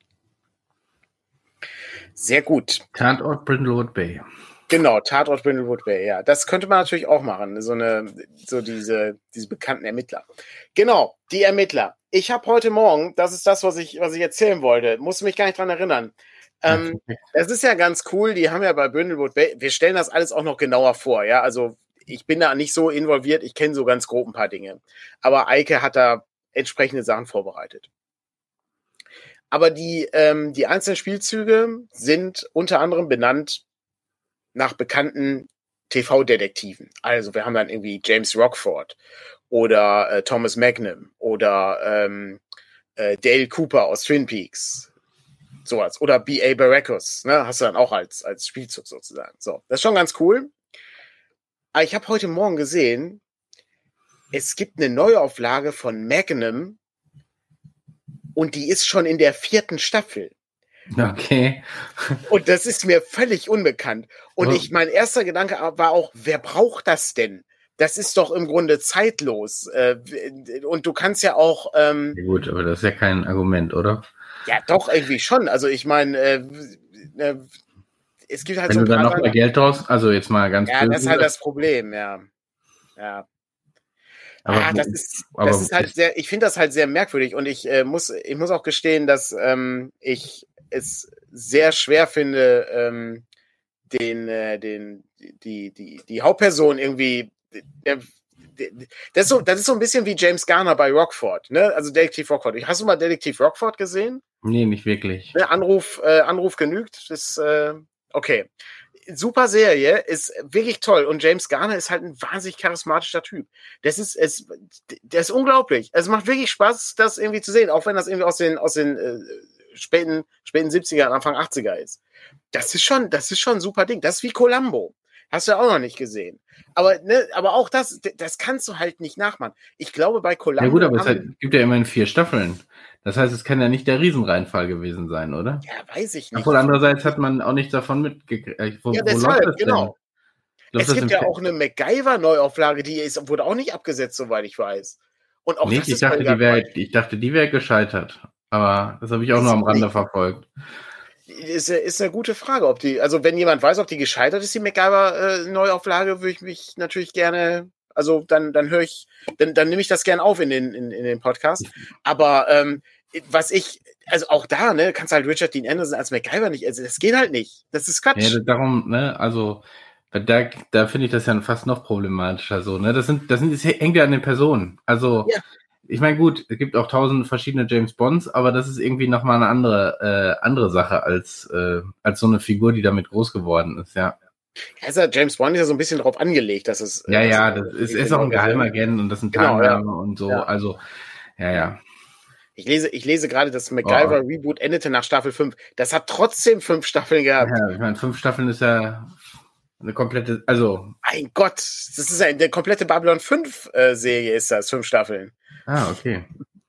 [SPEAKER 1] Sehr gut.
[SPEAKER 2] Tatort Brindlewood Bay.
[SPEAKER 1] Genau, Tatort Brindlewood Bay, ja. Das könnte man natürlich auch machen, so diese bekannten Ermittler. Genau, die Ermittler. Ich habe heute Morgen, das ist das, was ich erzählen wollte, musste mich gar nicht dran erinnern. Das ist ja ganz cool, die haben ja bei Brindlewood Bay, wir stellen das alles auch noch genauer vor, ja, also ich bin da nicht so involviert, ich kenne so ganz grob ein paar Dinge. Aber Eike hat da entsprechende Sachen vorbereitet. Aber die einzelnen Spielzüge sind unter anderem benannt nach bekannten TV-Detektiven. Also wir haben dann irgendwie James Rockford oder Thomas Magnum oder Dale Cooper aus Twin Peaks. Sowas. Oder B.A. Baracus, ne? Hast du dann auch als Spielzug sozusagen. So, das ist schon ganz cool. Aber ich habe heute Morgen gesehen, es gibt eine Neuauflage von Magnum und die ist schon in der 4. Staffel.
[SPEAKER 2] Okay.
[SPEAKER 1] Und das ist mir völlig unbekannt. Und mein erster Gedanke war auch, wer braucht das denn? Das ist doch im Grunde zeitlos. Und du kannst ja auch...
[SPEAKER 2] Ja gut, aber das ist ja kein Argument, oder?
[SPEAKER 1] Ja, doch, irgendwie schon. Also ich meine, es gibt halt
[SPEAKER 2] wenn
[SPEAKER 1] so
[SPEAKER 2] du dann noch mehr Geld draus, also jetzt mal ganz
[SPEAKER 1] böse. Ja, das ist halt das Problem, ja. Aber das ist halt sehr, ich finde das halt sehr merkwürdig und ich muss auch gestehen, dass ich es sehr schwer finde, die Hauptperson irgendwie, das ist so ein bisschen wie James Garner bei Rockford, ne? Also Detektiv Rockford. Hast du mal Detektiv Rockford gesehen?
[SPEAKER 2] Nee, nicht wirklich.
[SPEAKER 1] Ne? Anruf genügt. Das okay. Super Serie, ist wirklich toll und James Garner ist halt ein wahnsinnig charismatischer Typ. Der ist unglaublich. Es macht wirklich Spaß, das irgendwie zu sehen, auch wenn das irgendwie aus den späten 70er, Anfang 80er ist. Das ist schon ein super Ding. Das ist wie Columbo. Hast du ja auch noch nicht gesehen. Aber auch das kannst du halt nicht nachmachen. Ich glaube, bei Columbo...
[SPEAKER 2] Ja gut, aber es gibt ja immerhin 4 Staffeln. Das heißt, es kann ja nicht der Riesenreinfall gewesen sein, oder?
[SPEAKER 1] Ja, weiß ich nicht.
[SPEAKER 2] Obwohl andererseits hat man auch nichts davon mitgekriegt.
[SPEAKER 1] Ja, deshalb, genau. Es gibt ja auch eine MacGyver-Neuauflage, wurde auch nicht abgesetzt, soweit ich weiß. Und auch
[SPEAKER 2] ich dachte, die wäre gescheitert. Aber das habe ich auch nur am Rande verfolgt.
[SPEAKER 1] Ist eine gute Frage, also wenn jemand weiß, ob die gescheitert ist, die MacGyver-Neuauflage, würde ich mich natürlich gerne, also dann nehme ich das gerne auf in den Podcast. Aber also auch da, ne, kannst halt Richard Dean Anderson als MacGyver nicht, also das geht halt nicht. Das ist Quatsch.
[SPEAKER 2] Ja, darum, ne, also da finde ich das ja fast noch problematischer so, ne? Das hängt ja an den Personen. Also ja. Ich meine, gut, es gibt auch 1000 verschiedene James Bonds, aber das ist irgendwie nochmal eine andere Sache als so eine Figur, die damit groß geworden ist, ja.
[SPEAKER 1] James Bond ist ja so ein bisschen darauf angelegt, dass es...
[SPEAKER 2] das ist auch ein Geheimagent und das ist ein Tarnname und so, ja. Also, ja.
[SPEAKER 1] Ich lese gerade, das MacGyver-Reboot endete nach Staffel 5. Das hat trotzdem 5 Staffeln gehabt.
[SPEAKER 2] Ja, ich meine, 5 Staffeln ist ja eine komplette, also...
[SPEAKER 1] Mein Gott, das ist ja eine komplette Babylon 5 Serie ist das, 5 Staffeln.
[SPEAKER 2] Ah, okay.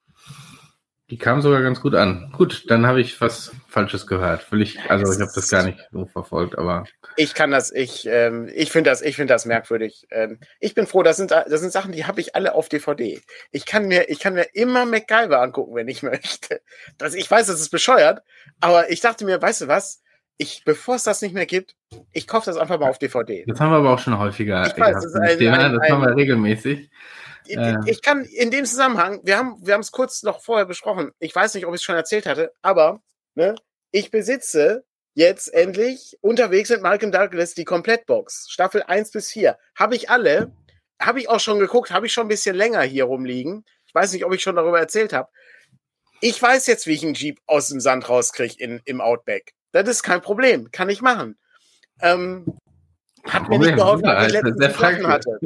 [SPEAKER 2] Die kam sogar ganz gut an. Gut, dann habe ich was Falsches gehört. Ich habe das gar nicht so verfolgt, aber...
[SPEAKER 1] Ich finde das merkwürdig. Ich bin froh, das sind Sachen, die habe ich alle auf DVD. Ich kann mir immer MacGyver angucken, wenn ich möchte. Ich weiß, das ist bescheuert, aber ich dachte mir, weißt du was? Bevor es das nicht mehr gibt, ich kaufe das einfach mal auf DVD.
[SPEAKER 2] Das haben wir aber auch schon häufiger.
[SPEAKER 1] Ich weiß, das haben
[SPEAKER 2] wir regelmäßig.
[SPEAKER 1] Ich kann in dem Zusammenhang, wir haben es kurz noch vorher besprochen, ich weiß nicht, ob ich es schon erzählt hatte, aber ich besitze jetzt endlich unterwegs mit Malcolm Douglas die Komplettbox, Staffel 1 bis 4. Habe ich alle, habe ich auch schon geguckt, habe ich schon ein bisschen länger hier rumliegen. Ich weiß nicht, ob ich schon darüber erzählt habe. Ich weiß jetzt, wie ich einen Jeep aus dem Sand rauskriege im Outback. Das ist kein Problem, kann ich machen. Hat mir nicht geholfen, als ich letztens Sachen hatte.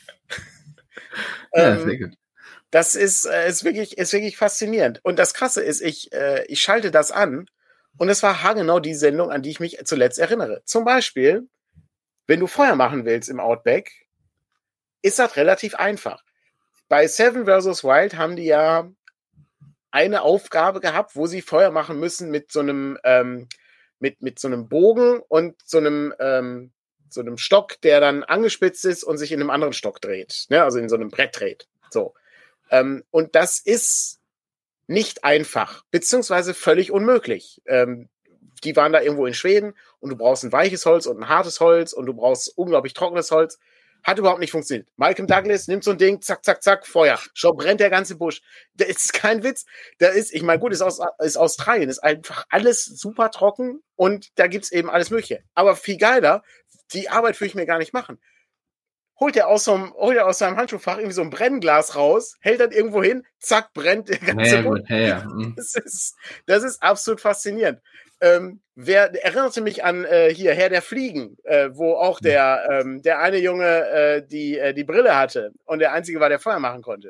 [SPEAKER 2] Ja, sehr gut.
[SPEAKER 1] Das ist wirklich faszinierend. Und das Krasse ist, ich schalte das an und es war haargenau die Sendung, an die ich mich zuletzt erinnere. Zum Beispiel, wenn du Feuer machen willst im Outback, ist das relativ einfach. Bei Seven vs. Wild haben die ja eine Aufgabe gehabt, wo sie Feuer machen müssen mit so einem mit so einem Bogen und so einem Stock, der dann angespitzt ist und sich in einem anderen Stock dreht, ne? Also in so einem Brett dreht. So. Und das ist nicht einfach, beziehungsweise völlig unmöglich. Die waren da irgendwo in Schweden und du brauchst ein weiches Holz und ein hartes Holz und du brauchst unglaublich trockenes Holz. Hat überhaupt nicht funktioniert. Malcolm Douglas nimmt so ein Ding, zack, zack, zack, Feuer. Schon brennt der ganze Busch. Das ist kein Witz. Ich meine, gut, ist Australien, ist einfach alles super trocken und da gibt's eben alles Mögliche. Aber viel geiler, die Arbeit würde ich mir gar nicht machen. Holt er aus seinem Handschuhfach irgendwie so ein Brennglas raus, hält dann irgendwo hin, zack, brennt der ganze Busch. Das ist absolut faszinierend. Wer erinnerte mich an hier Herr der Fliegen, wo auch der eine Junge die Brille hatte und der einzige war, der Feuer machen konnte.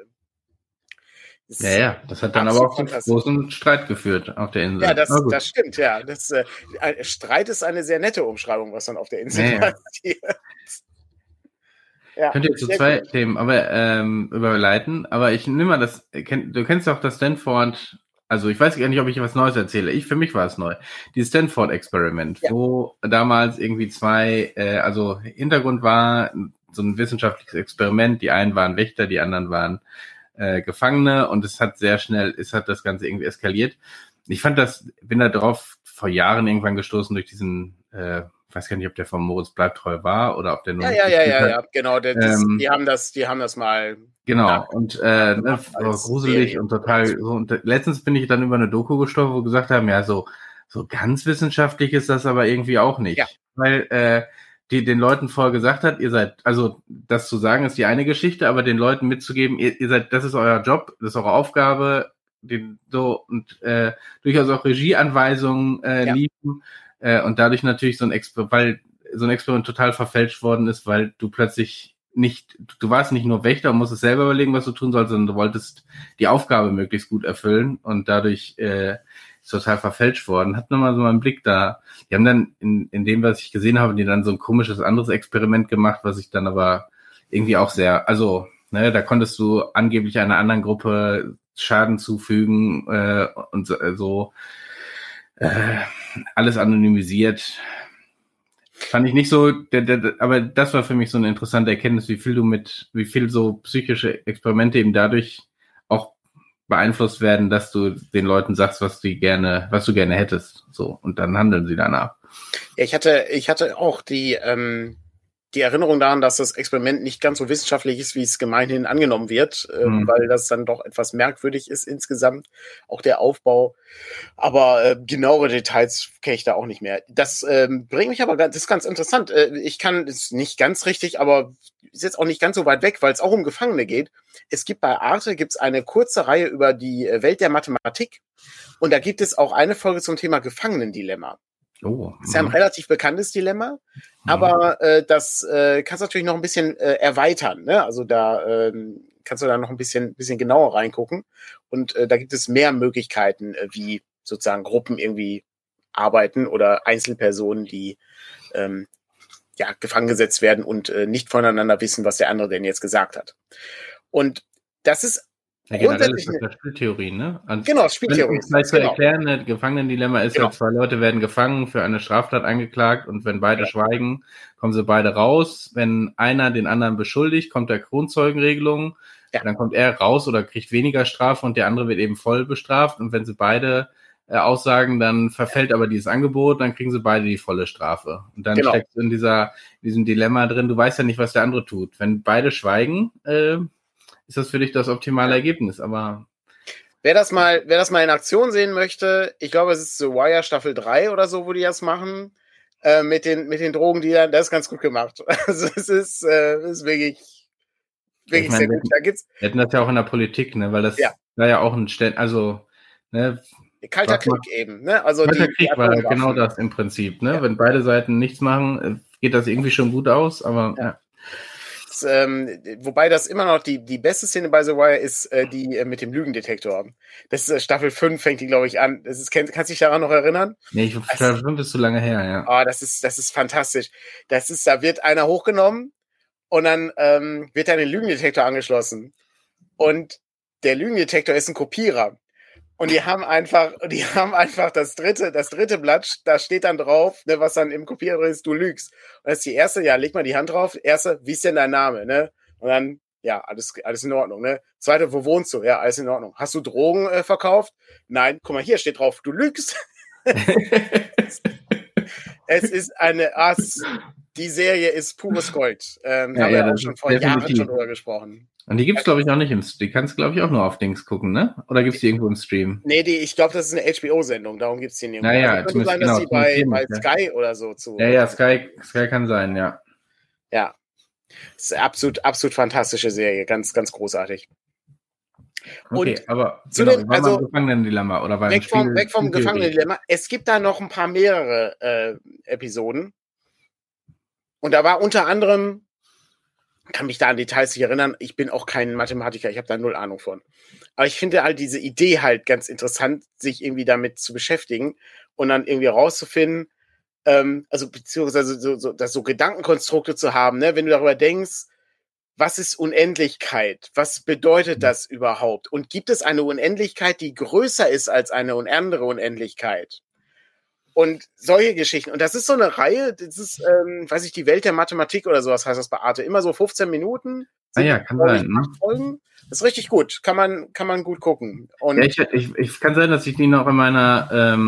[SPEAKER 2] Das hat dann aber auch zu großen Streit geführt auf der Insel.
[SPEAKER 1] Ja, das stimmt, ja. Streit ist eine sehr nette Umschreibung, was dann auf der Insel passiert.
[SPEAKER 2] Ja, könnt ihr zu zwei Themen überleiten, aber ich nehme mal du kennst doch das Stanford, also ich weiß gar nicht, ob ich was Neues erzähle. Für mich war es neu. Dieses Stanford-Experiment, wo damals irgendwie also Hintergrund war so ein wissenschaftliches Experiment, die einen waren Wächter, die anderen waren Gefangene und es hat das Ganze irgendwie eskaliert. Ich bin da drauf vor Jahren irgendwann gestoßen durch diesen ich weiß gar nicht, ob der von Moritz Bleibtreu war oder ob der nur
[SPEAKER 1] Ja, genau. Die haben das mal.
[SPEAKER 2] Genau, und gruselig Serie und total so. Und letztens bin ich dann über eine Doku gestolpert, wo gesagt haben, ja, so ganz wissenschaftlich ist das aber irgendwie auch nicht. Ja. Weil die den Leuten vorher gesagt hat, ihr seid, also das zu sagen ist die eine Geschichte, aber den Leuten mitzugeben, ihr seid, das ist euer Job, das ist eure Aufgabe, durchaus auch Regieanweisungen lieben. Und dadurch natürlich weil so ein Experiment total verfälscht worden ist, weil du plötzlich du warst nicht nur Wächter und musstest selber überlegen, was du tun sollst, sondern du wolltest die Aufgabe möglichst gut erfüllen und dadurch ist total verfälscht worden. Hat nochmal so einen Blick da. Die haben dann in dem, was ich gesehen habe, die dann so ein komisches anderes Experiment gemacht, was ich dann aber irgendwie auch da konntest du angeblich einer anderen Gruppe Schaden zufügen und so. Alles anonymisiert. Fand ich nicht so, aber das war für mich so eine interessante Erkenntnis, wie viel so psychische Experimente eben dadurch auch beeinflusst werden, dass du den Leuten sagst, was du gerne hättest. So, und dann handeln sie danach.
[SPEAKER 1] Ja, ich hatte auch die Erinnerung daran, dass das Experiment nicht ganz so wissenschaftlich ist, wie es gemeinhin angenommen wird, weil das dann doch etwas merkwürdig ist insgesamt, auch der Aufbau. Aber genauere Details kenne ich da auch nicht mehr. Das bringt mich das ist ganz interessant. Ich kann es nicht ganz richtig, aber ist jetzt auch nicht ganz so weit weg, weil es auch um Gefangene geht. Es gibt bei Arte eine kurze Reihe über die Welt der Mathematik und da gibt es auch eine Folge zum Thema Gefangenendilemma.
[SPEAKER 2] Oh,
[SPEAKER 1] ist ja ein relativ bekanntes Dilemma, aber das kannst du natürlich noch ein bisschen erweitern. Ne? Also da kannst du da noch ein bisschen genauer reingucken. Und da gibt es mehr Möglichkeiten, wie sozusagen Gruppen irgendwie arbeiten oder Einzelpersonen, die gefangen gesetzt werden und nicht voneinander wissen, was der andere denn jetzt gesagt hat. Und das ist
[SPEAKER 2] generell ist das ja Spieltheorie, ne?
[SPEAKER 1] Genau, Spieltheorie.
[SPEAKER 2] Vielleicht zu erklären, ein Gefangenendilemma ist ja, zwei Leute werden gefangen, für eine Straftat angeklagt und wenn beide schweigen, kommen sie beide raus. Wenn einer den anderen beschuldigt, kommt der Kronzeugenregelung, dann kommt er raus oder kriegt weniger Strafe und der andere wird eben voll bestraft und wenn sie beide aussagen, dann verfällt aber dieses Angebot, dann kriegen sie beide die volle Strafe. Und dann steckst du in diesem Dilemma drin, du weißt ja nicht, was der andere tut. Wenn beide schweigen, ist das für dich das optimale Ergebnis, aber
[SPEAKER 1] wer das mal in Aktion sehen möchte, ich glaube, es ist The Wire Staffel 3 oder so, wo die das machen, mit den Drogendealern, das ist ganz gut gemacht. Also es ist wirklich sehr gut.
[SPEAKER 2] Wir hätten das ja auch in der Politik, ne, weil das war ja auch ein
[SPEAKER 1] Kalter Krieg eben, ne? Also
[SPEAKER 2] Kalter Krieg war genau das im Prinzip, ne? Ja. Wenn beide Seiten nichts machen, geht das irgendwie schon gut aus, aber
[SPEAKER 1] wobei das immer noch die beste Szene bei The Wire ist, die mit dem Lügendetektor. Das ist Staffel 5, fängt die, glaube ich, an. Kannst du dich daran noch erinnern?
[SPEAKER 2] Nee, Staffel 5 ist zu lange her, ja.
[SPEAKER 1] Oh, das ist fantastisch. Da wird einer hochgenommen und dann wird ein Lügendetektor angeschlossen. Und der Lügendetektor ist ein Kopierer. Und die haben einfach das dritte Blatt, da steht dann drauf, ne, was dann im Kopierer ist, du lügst. Und das ist die erste, leg mal die Hand drauf. Erste, wie ist denn dein Name, ne? Und dann, alles in Ordnung, ne? Zweite, wo wohnst du? Ja, alles in Ordnung. Hast du Drogen verkauft? Nein, guck mal, hier steht drauf, du lügst. Es ist die Serie ist pures Gold. Haben wir auch schon vor Jahren drüber gesprochen.
[SPEAKER 2] Und die gibt's, glaube ich, auch nicht die kannst, glaube ich, auch nur auf Dings gucken, ne? Oder gibt's die irgendwo im Stream?
[SPEAKER 1] Nee, ich glaube, das ist eine HBO-Sendung, darum gibt's die nirgendwo.
[SPEAKER 2] Naja,
[SPEAKER 1] könnte sein, dass die bei Sky oder so zu.
[SPEAKER 2] Ja, Sky kann sein, ja.
[SPEAKER 1] Ja. Das ist eine absolut fantastische Serie, ganz, ganz großartig.
[SPEAKER 2] Okay,
[SPEAKER 1] und
[SPEAKER 2] aber
[SPEAKER 1] Gefangenendilemma oder weg vom Gefangenendilemma. Es gibt da noch ein paar mehrere Episoden. Und da war unter anderem, kann mich da an Details nicht erinnern, ich bin auch kein Mathematiker, ich habe da null Ahnung von. Aber ich finde halt diese Idee halt ganz interessant, sich irgendwie damit zu beschäftigen und dann irgendwie rauszufinden, beziehungsweise so Gedankenkonstrukte zu haben, ne? Wenn du darüber denkst, was ist Unendlichkeit? Was bedeutet das überhaupt? Und gibt es eine Unendlichkeit, die größer ist als eine andere Unendlichkeit? Und solche Geschichten. Und das ist so eine Reihe, das ist, weiß ich, die Welt der Mathematik oder sowas heißt das bei Arte. Immer so 15 Minuten.
[SPEAKER 2] Ja, kann sein.
[SPEAKER 1] Folgen. Das ist richtig gut. Kann man gut gucken. Und
[SPEAKER 2] ich kann sein, dass ich die noch in meiner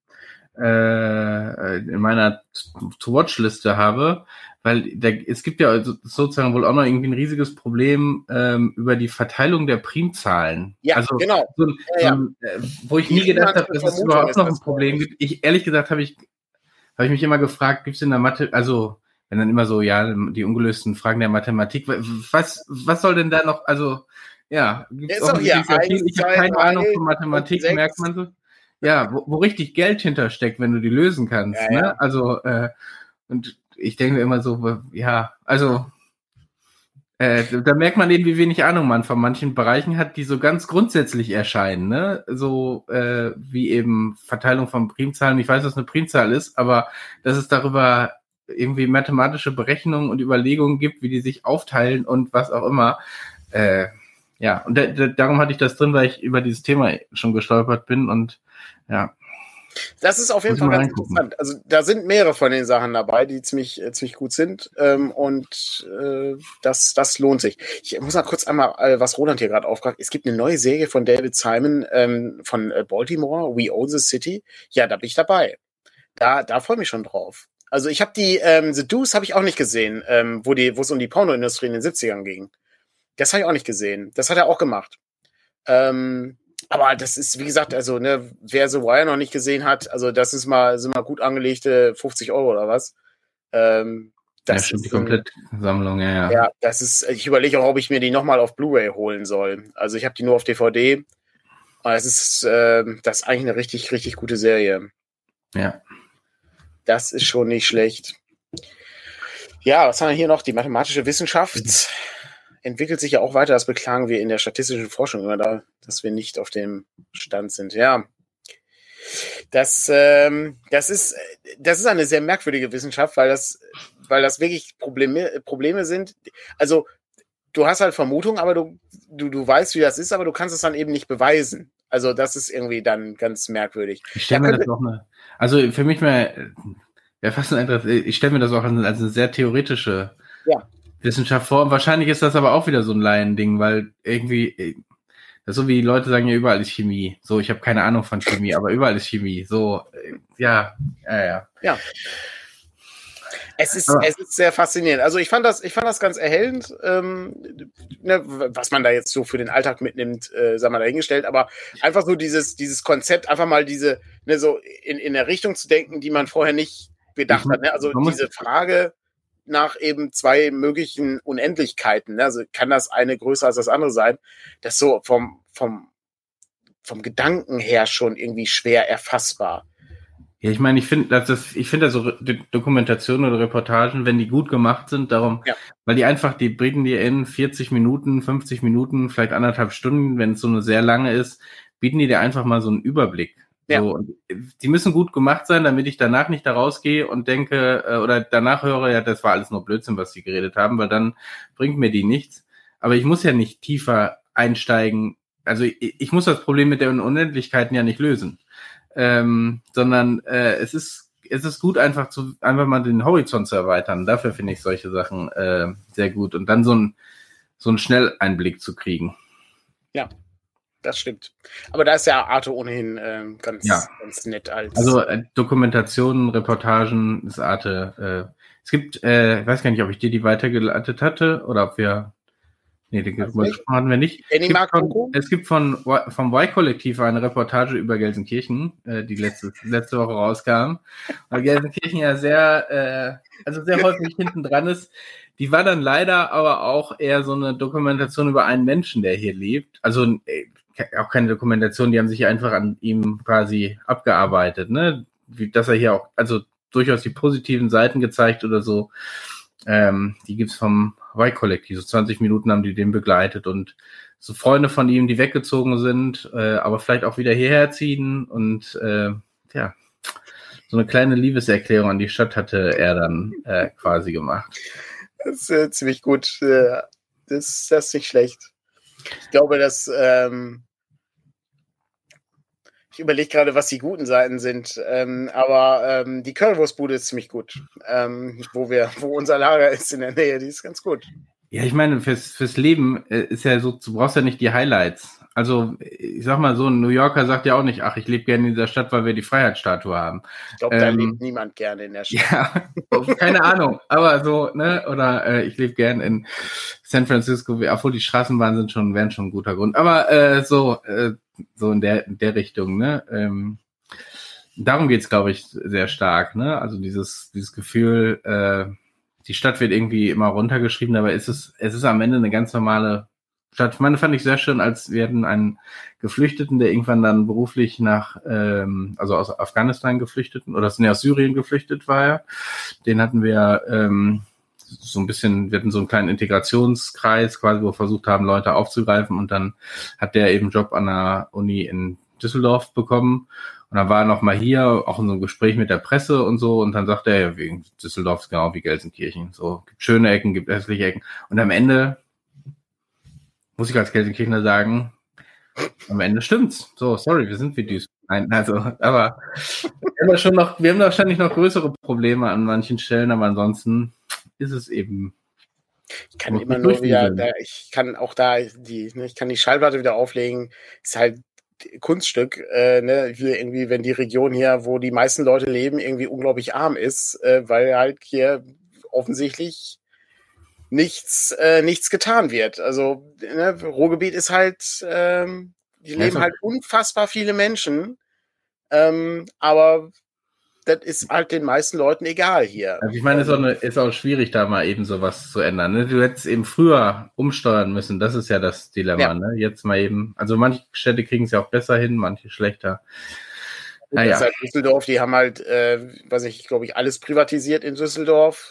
[SPEAKER 2] To-Watch-Liste habe, weil es gibt ja sozusagen wohl auch noch irgendwie ein riesiges Problem über die Verteilung der Primzahlen.
[SPEAKER 1] Ja, also, genau.
[SPEAKER 2] Wo ich nie gedacht habe, dass es überhaupt noch ein Problem gibt. Ehrlich gesagt habe ich mich immer gefragt, gibt es in der Mathe, also wenn dann immer so, ja, die ungelösten Fragen der Mathematik, was soll denn da noch, also ja, gibt's auch
[SPEAKER 1] ja,
[SPEAKER 2] viel. Ich habe keine Ahnung von Mathematik, merkt man so. Ja, wo richtig Geld hintersteckt, wenn du die lösen kannst. Ja, ne? Ja. Also, und ich denke immer so, ja, also da merkt man eben, wie wenig Ahnung man von manchen Bereichen hat, die so ganz grundsätzlich erscheinen, ne? So wie eben Verteilung von Primzahlen. Ich weiß, was eine Primzahl ist, aber dass es darüber irgendwie mathematische Berechnungen und Überlegungen gibt, wie die sich aufteilen und was auch immer. Ja, und darum hatte ich das drin, weil ich über dieses Thema schon gestolpert bin und ja.
[SPEAKER 1] Das ist auf jeden Fall ganz interessant. Also da sind mehrere von den Sachen dabei, die ziemlich gut sind und das lohnt sich. Ich muss mal kurz einmal, was Roland hier gerade aufgreift. Es gibt eine neue Serie von David Simon von Baltimore, We Own the City. Ja, da bin ich dabei. Da freue ich mich schon drauf. Also ich habe die The Deuce habe ich auch nicht gesehen, wo es um die Pornoindustrie in den 70ern ging. Das habe ich auch nicht gesehen. Das hat er auch gemacht. Aber das ist, wie gesagt, also, ne, wer The Wire noch nicht gesehen hat, also das sind mal gut angelegte 50 € oder was.
[SPEAKER 2] Das stimmt, die Komplettsammlung, ja.
[SPEAKER 1] Ja, das ist, ich überlege auch, ob ich mir die nochmal auf Blu-ray holen soll. Also ich habe die nur auf DVD. Aber das ist eigentlich eine richtig, richtig gute Serie.
[SPEAKER 2] Ja.
[SPEAKER 1] Das ist schon nicht schlecht. Ja, was haben wir hier noch? Die mathematische Wissenschaft entwickelt sich ja auch weiter. Das beklagen wir in der statistischen Forschung immer da, dass wir nicht auf dem Stand sind. Ja, das ist eine sehr merkwürdige Wissenschaft, weil das wirklich Probleme sind. Also du hast halt Vermutungen, aber du weißt, wie das ist, aber du kannst es dann eben nicht beweisen. Also das ist irgendwie dann ganz merkwürdig.
[SPEAKER 2] Ich stelle mir das auch also für mich fast ich stelle mir das auch als eine sehr theoretische Wissenschaft vor. Und wahrscheinlich ist das aber auch wieder so ein Laiending, weil irgendwie, das ist so wie die Leute sagen, ja, überall ist Chemie. So, ich habe keine Ahnung von Chemie, aber überall ist Chemie. So, ja.
[SPEAKER 1] Es ist sehr faszinierend. Also ich fand das ganz erhellend, ne, was man da jetzt so für den Alltag mitnimmt, sagen wir dahingestellt, aber einfach so dieses Konzept, einfach mal diese, ne, so in der Richtung zu denken, die man vorher nicht gedacht hat. Ne? Also diese Frage nach eben zwei möglichen Unendlichkeiten. Ne? Also kann das eine größer als das andere sein? Das ist so vom Gedanken her schon irgendwie schwer erfassbar.
[SPEAKER 2] Ja, ich meine, ich finde so Dokumentationen oder Reportagen, wenn die gut gemacht sind, darum, weil die bringen dir in 40 Minuten, 50 Minuten, vielleicht 1,5 Stunden, wenn es so eine sehr lange ist, bieten die dir einfach mal so einen Überblick. Ja. So, und die müssen gut gemacht sein, damit ich danach nicht da rausgehe und denke, oder danach höre, ja, das war alles nur Blödsinn, was die geredet haben, weil dann bringt mir die nichts. Aber ich muss ja nicht tiefer einsteigen. Also ich muss das Problem mit den Unendlichkeiten ja nicht lösen. Sondern es ist gut, einfach mal den Horizont zu erweitern. Dafür finde ich solche Sachen sehr gut. Und dann so einen Schnelleinblick zu kriegen.
[SPEAKER 1] Ja. Das stimmt. Aber da ist ja Arte ohnehin ganz nett als.
[SPEAKER 2] Also Dokumentationen, Reportagen ist Arte. Es gibt, ich weiß gar nicht, ob ich dir die weitergeleitet hatte oder ob wir. Nee, den hatten wir nicht. Es gibt vom Y-Kollektiv eine Reportage über Gelsenkirchen, die letzte Woche rauskam. Weil Gelsenkirchen ja sehr häufig hinten dran ist. Die war dann leider aber auch eher so eine Dokumentation über einen Menschen, der hier lebt. Also auch keine Dokumentation, die haben sich einfach an ihm quasi abgearbeitet, ne? Wie, dass er hier auch, also durchaus die positiven Seiten gezeigt oder so. Die gibt's vom Y-Kollektiv. So 20 Minuten haben die den begleitet und so Freunde von ihm, die weggezogen sind, aber vielleicht auch wieder hierher ziehen und so eine kleine Liebeserklärung an die Stadt hatte er dann quasi gemacht.
[SPEAKER 1] Das ist ziemlich gut. Das ist nicht schlecht. Ich glaube, dass ich überlege gerade, was die guten Seiten sind, aber die Currywurstbude ist ziemlich gut, wo unser Lager ist in der Nähe, die ist ganz gut.
[SPEAKER 2] Ja, ich meine, fürs Leben ist ja so, du brauchst ja nicht die Highlights. Also, ich sag mal so, ein New Yorker sagt ja auch nicht, ach, ich lebe gerne in dieser Stadt, weil wir die Freiheitsstatue haben.
[SPEAKER 1] Ich glaube, da lebt niemand gerne in der Stadt.
[SPEAKER 2] Ja, keine Ahnung, aber so, ne, oder ich lebe gerne in San Francisco, obwohl die Straßenbahnen wären schon ein guter Grund. Aber so in der Richtung, ne? Darum geht's, glaube ich, sehr stark, ne? Also dieses Gefühl, die Stadt wird irgendwie immer runtergeschrieben, aber es ist am Ende eine ganz normale Stadt. Ich meine, fand ich sehr schön, als wir hatten einen Geflüchteten, der irgendwann dann beruflich also aus Afghanistan geflüchteten, oder aus Syrien geflüchtet war er. Den hatten wir so ein bisschen, wir hatten so einen kleinen Integrationskreis quasi, wo wir versucht haben, Leute aufzugreifen, und dann hat der eben einen Job an der Uni in Düsseldorf bekommen. Und dann war er noch mal hier, auch in so einem Gespräch mit der Presse und so, und dann sagte er, ja, wegen Düsseldorf ist genau wie Gelsenkirchen. So, gibt schöne Ecken, gibt hässliche Ecken. Und am Ende, muss ich als Gelsenkirchner sagen, am Ende stimmt's. So, sorry, wir sind wie Duisburg. Nein, also, aber wir haben wahrscheinlich noch größere Probleme an manchen Stellen, aber ansonsten ist es eben.
[SPEAKER 1] Ich kann immer nur wieder, ich kann die Schallplatte wieder auflegen. Ist halt Kunststück, ne, hier irgendwie, wenn die Region hier, wo die meisten Leute leben, irgendwie unglaublich arm ist, weil halt hier offensichtlich nichts getan wird. Also, ne, Ruhrgebiet ist halt, die leben halt unfassbar viele Menschen, aber das ist halt den meisten Leuten egal hier.
[SPEAKER 2] Also ich meine, ist auch schwierig, da mal eben sowas zu ändern. Ne? Du hättest eben früher umsteuern müssen. Das ist ja das Dilemma. Ja. Ne? Jetzt mal eben. Also manche Städte kriegen es ja auch besser hin, manche schlechter.
[SPEAKER 1] Naja. Das ist halt Düsseldorf, die haben halt, glaube ich, alles privatisiert in Düsseldorf.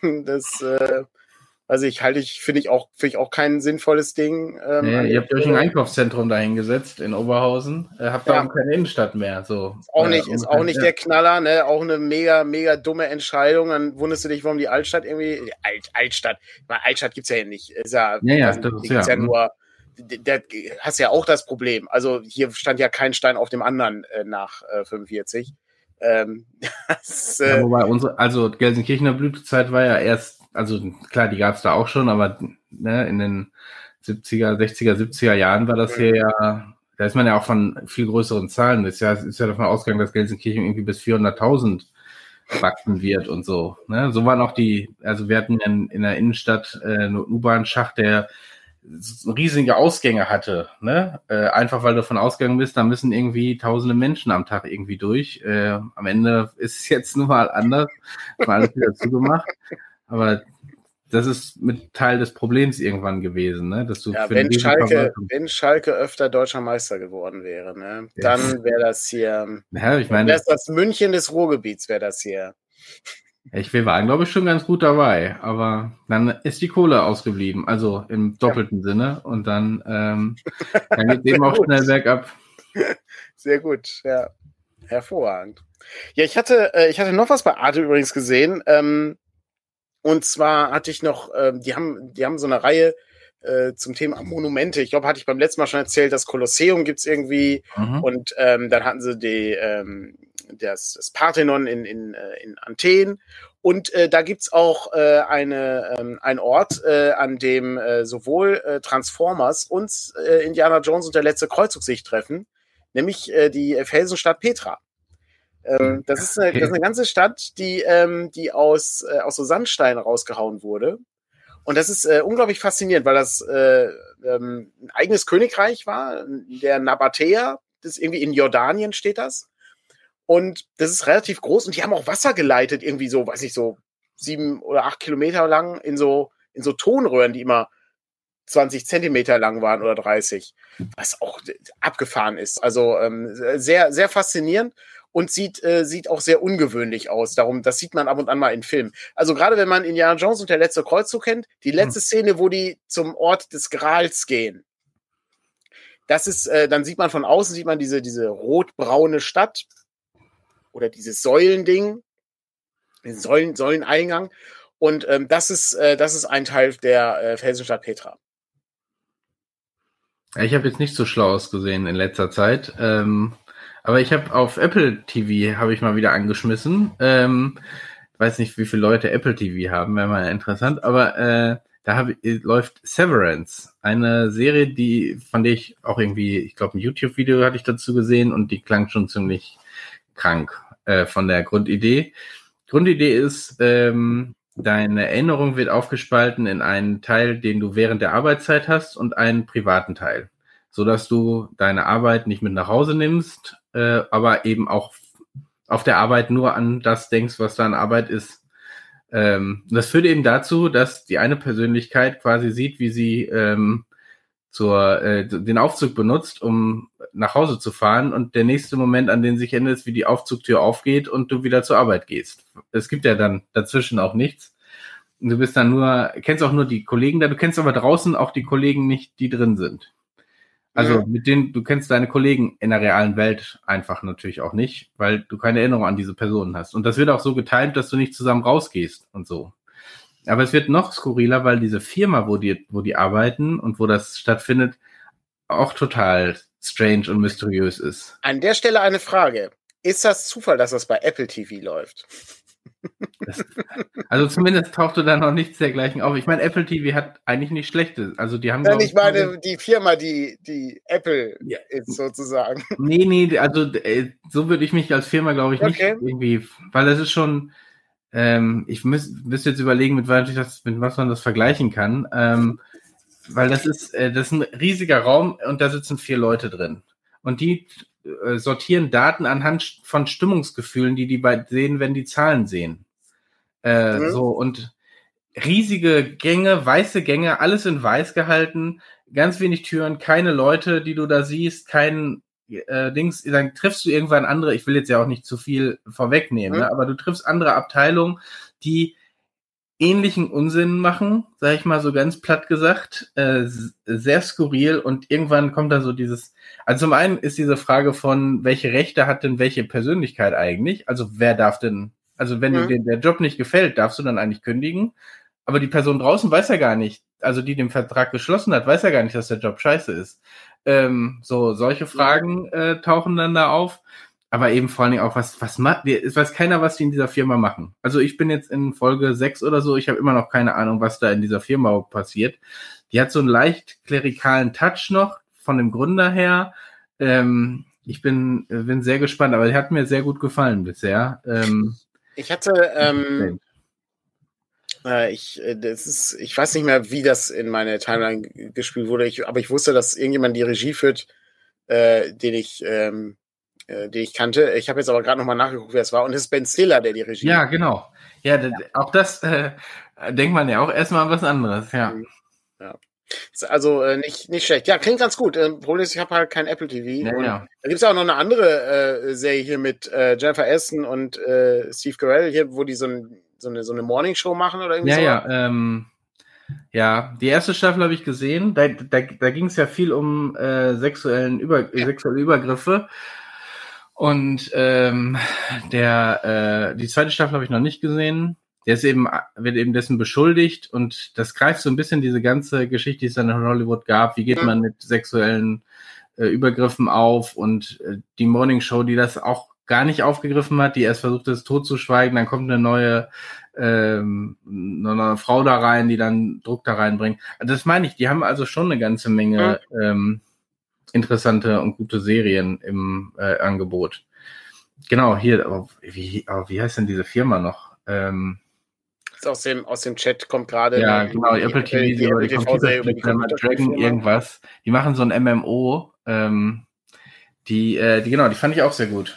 [SPEAKER 1] Finde ich auch kein sinnvolles Ding.
[SPEAKER 2] Ihr habt euch ein Einkaufszentrum dahingesetzt in Oberhausen, habt da auch keine Innenstadt mehr. So.
[SPEAKER 1] Ist auch nicht der Knaller, ne? Auch eine mega, mega dumme Entscheidung. Dann wunderst du dich, warum die Altstadt irgendwie. Altstadt gibt's ja hier nicht. Ist ja nur. Da hast ja auch das Problem. Also hier stand ja kein Stein auf dem anderen nach 45.
[SPEAKER 2] Wobei Gelsenkirchener Blütezeit war ja erst, also klar, die gab es da auch schon, aber ne, in den 70er, 60er, 70er Jahren war das hier ja, da ist man ja auch von viel größeren Zahlen. Ist ja davon ausgegangen, dass Gelsenkirchen irgendwie bis 400.000 wachsen wird und so. Ne? So waren auch wir hatten in der Innenstadt einen U-Bahn-Schacht, der riesige Ausgänge hatte, ne? Einfach weil du davon ausgegangen bist, da müssen irgendwie tausende Menschen am Tag irgendwie durch. Am Ende ist es jetzt nun mal anders, mal alles wieder zugemacht. Aber das ist mit Teil des Problems irgendwann gewesen, ne? Dass du
[SPEAKER 1] wenn Schalke öfter deutscher Meister geworden wäre, ne? Dann wäre das hier.
[SPEAKER 2] Ja, ich meine,
[SPEAKER 1] das München des Ruhrgebiets wäre das hier.
[SPEAKER 2] Wir waren, glaube ich, schon ganz gut dabei, aber dann ist die Kohle ausgeblieben, also im doppelten Sinne, und dann geht es eben auch schnell bergab.
[SPEAKER 1] Sehr gut, ja. Hervorragend. Ja, ich hatte noch was bei Arte übrigens gesehen, und zwar hatte ich noch, die haben so eine Reihe zum Thema Monumente. Ich glaube, hatte ich beim letzten Mal schon erzählt, das Kolosseum gibt's irgendwie, und dann hatten sie das Parthenon in Athen, und da gibt's auch einen Ort, an dem sowohl Transformers und Indiana Jones und der letzte Kreuzzug sich treffen, nämlich die Felsenstadt Petra. Das ist eine ganze Stadt, die aus so Sandstein rausgehauen wurde. Und das ist unglaublich faszinierend, weil das ein eigenes Königreich war, der Nabatäer, das ist irgendwie in Jordanien steht das. Und das ist relativ groß, und die haben auch Wasser geleitet, irgendwie so, weiß ich, so 7 oder 8 Kilometer lang in so Tonröhren, die immer 20 Zentimeter lang waren oder 30, was auch abgefahren ist. Also sehr, sehr faszinierend. Und sieht auch sehr ungewöhnlich aus. Darum, das sieht man ab und an mal in Filmen. Also gerade wenn man Indiana Jones und der letzte Kreuzzug kennt, die letzte Szene, wo die zum Ort des Grals gehen. Das ist, dann sieht man von außen, diese rotbraune Stadt oder dieses Säulending, den Säuleneingang. Und das ist ein Teil der Felsenstadt Petra.
[SPEAKER 2] Ich habe jetzt nicht so schlau ausgesehen in letzter Zeit. Aber ich habe auf Apple TV habe ich mal wieder angeschmissen. Weiß nicht, wie viele Leute Apple TV haben, wäre mal interessant. Aber da läuft Severance, eine Serie, von der ich auch irgendwie, ich glaube, ein YouTube-Video hatte ich dazu gesehen und die klang schon ziemlich krank von der Grundidee. Grundidee ist, deine Erinnerung wird aufgespalten in einen Teil, den du während der Arbeitszeit hast und einen privaten Teil, so dass du deine Arbeit nicht mit nach Hause nimmst, aber eben auch auf der Arbeit nur an das denkst, was da an Arbeit ist. Das führt eben dazu, dass die eine Persönlichkeit quasi sieht, wie sie den Aufzug benutzt, um nach Hause zu fahren, und der nächste Moment, an den sich ändert, ist, wie die Aufzugtür aufgeht und du wieder zur Arbeit gehst. Es gibt ja dann dazwischen auch nichts. Und du bist dann kennst auch nur die Kollegen da, du kennst aber draußen auch die Kollegen nicht, die drin sind. Also mit denen, du kennst deine Kollegen in der realen Welt einfach natürlich auch nicht, weil du keine Erinnerung an diese Personen hast. Und das wird auch so getimt, dass du nicht zusammen rausgehst und so. Aber es wird noch skurriler, weil diese Firma, wo die arbeiten und wo das stattfindet, auch total strange und mysteriös ist.
[SPEAKER 1] An der Stelle eine Frage. Ist das Zufall, dass das bei Apple TV läuft?
[SPEAKER 2] Also zumindest tauchte da noch nichts dergleichen auf. Ich meine, Apple TV hat eigentlich nicht schlechte. Also die haben.
[SPEAKER 1] Ja, ich meine, die Firma, die Apple ist sozusagen.
[SPEAKER 2] Nee, also so würde ich mich als Firma, glaube ich, nicht irgendwie, weil das ist schon. Ich müsste jetzt überlegen, mit was man das vergleichen kann. Weil das ist ein riesiger Raum und da sitzen 4 Leute drin. Und die sortieren Daten anhand von Stimmungsgefühlen, die sehen, wenn die Zahlen sehen. So, und riesige Gänge, weiße Gänge, alles in weiß gehalten, ganz wenig Türen, keine Leute, die du da siehst, kein Dings, dann triffst du irgendwann andere, ich will jetzt ja auch nicht zu viel vorwegnehmen, ne, aber du triffst andere Abteilungen, die ähnlichen Unsinn machen, sag ich mal so ganz platt gesagt, sehr skurril, und irgendwann kommt da so also zum einen ist diese Frage von, welche Rechte hat denn welche Persönlichkeit eigentlich, also wer darf denn, also wenn dir der Job nicht gefällt, darfst du dann eigentlich kündigen, aber die Person draußen weiß ja gar nicht, also die den Vertrag geschlossen hat, weiß ja gar nicht, dass der Job scheiße ist. Solche Fragen tauchen dann da auf. Aber eben vor allen Dingen auch, was weiß keiner, was die in dieser Firma machen. Also ich bin jetzt in Folge 6 oder so, ich habe immer noch keine Ahnung, was da in dieser Firma passiert. Die hat so einen leicht klerikalen Touch noch von dem Gründer her. Ich bin sehr gespannt, aber die hat mir sehr gut gefallen bisher.
[SPEAKER 1] Ich hatte ich weiß nicht mehr, wie das in meine Timeline gespielt wurde, aber ich wusste, dass irgendjemand die Regie führt, den ich kannte. Ich habe jetzt aber gerade nochmal nachgeguckt, wer es war. Und es ist Ben Stiller, der die Regie
[SPEAKER 2] Ja, genau. Ja, auch das denkt man ja auch erstmal an was anderes, ja.
[SPEAKER 1] Ja. Also nicht schlecht. Ja, klingt ganz gut. Problem ist, ich habe halt kein Apple TV.
[SPEAKER 2] Ja.
[SPEAKER 1] Da gibt es ja auch noch eine andere Serie hier mit Jennifer Aniston und Steve Carell hier, wo die so eine Morningshow machen oder irgendwie so.
[SPEAKER 2] Ja, die erste Staffel habe ich gesehen. Da ging es ja viel um sexuelle Übergriffe. Und die zweite Staffel habe ich noch nicht gesehen. Wird eben dessen beschuldigt, und das greift so ein bisschen diese ganze Geschichte, die es dann in Hollywood gab. Wie geht man mit sexuellen Übergriffen auf, und die Morning Show, die das auch gar nicht aufgegriffen hat, die erst versucht, das totzuschweigen, dann kommt eine neue Frau da rein, die dann Druck da reinbringt. Also das meine ich, die haben also schon eine ganze Menge interessante und gute Serien im Angebot. Genau, hier, wie heißt denn diese Firma noch?
[SPEAKER 1] Aus dem Chat kommt gerade.
[SPEAKER 2] Ja, genau, Apple TV, die Dragon irgendwas. Die machen so ein MMO. Die fand ich auch sehr gut.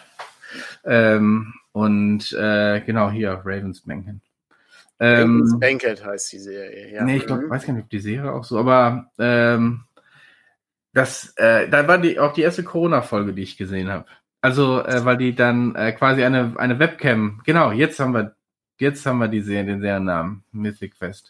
[SPEAKER 2] Genau, hier, Raven's Banquet.
[SPEAKER 1] Raven's Banquet heißt die Serie, ja.
[SPEAKER 2] Nee, ich weiß gar nicht, ob die Serie auch so, aber da war auch die erste Corona-Folge, die ich gesehen habe. Also, weil die dann quasi eine Webcam, genau, jetzt haben wir die Serie, den Seriennamen, Mythic Quest,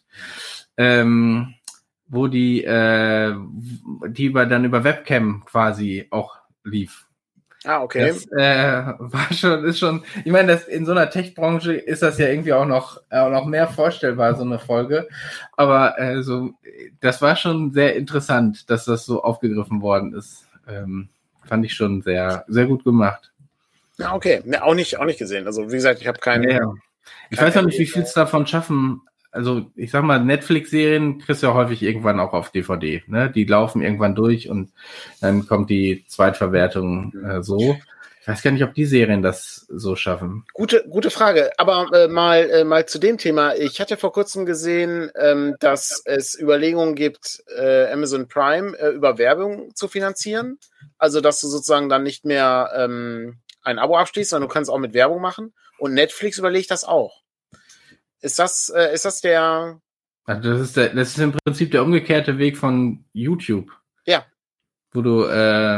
[SPEAKER 2] wo die dann über Webcam quasi auch lief.
[SPEAKER 1] Ah, okay.
[SPEAKER 2] Das ist schon, ich meine, in so einer Tech-Branche ist das ja irgendwie auch noch mehr vorstellbar, so eine Folge. Aber das war schon sehr interessant, dass das so aufgegriffen worden ist. Fand ich schon sehr, sehr gut gemacht.
[SPEAKER 1] Ja, okay. Ne, auch nicht gesehen. Also, wie gesagt, ich habe keinen.
[SPEAKER 2] Ja. Ich weiß noch nicht, wie viel es davon schaffen. Also, ich sag mal, Netflix-Serien kriegst du ja häufig irgendwann auch auf DVD. Ne? Die laufen irgendwann durch und dann kommt die Zweitverwertung so. Ich weiß gar nicht, ob die Serien das so schaffen.
[SPEAKER 1] Gute Frage. Aber mal zu dem Thema. Ich hatte vor kurzem gesehen, dass es Überlegungen gibt, Amazon Prime über Werbung zu finanzieren. Also, dass du sozusagen dann nicht mehr ein Abo abschließt, sondern du kannst auch mit Werbung machen. Und Netflix überlegt das auch. Ist das der...
[SPEAKER 2] Also das ist im Prinzip der umgekehrte Weg von YouTube.
[SPEAKER 1] Ja.
[SPEAKER 2] Wo du,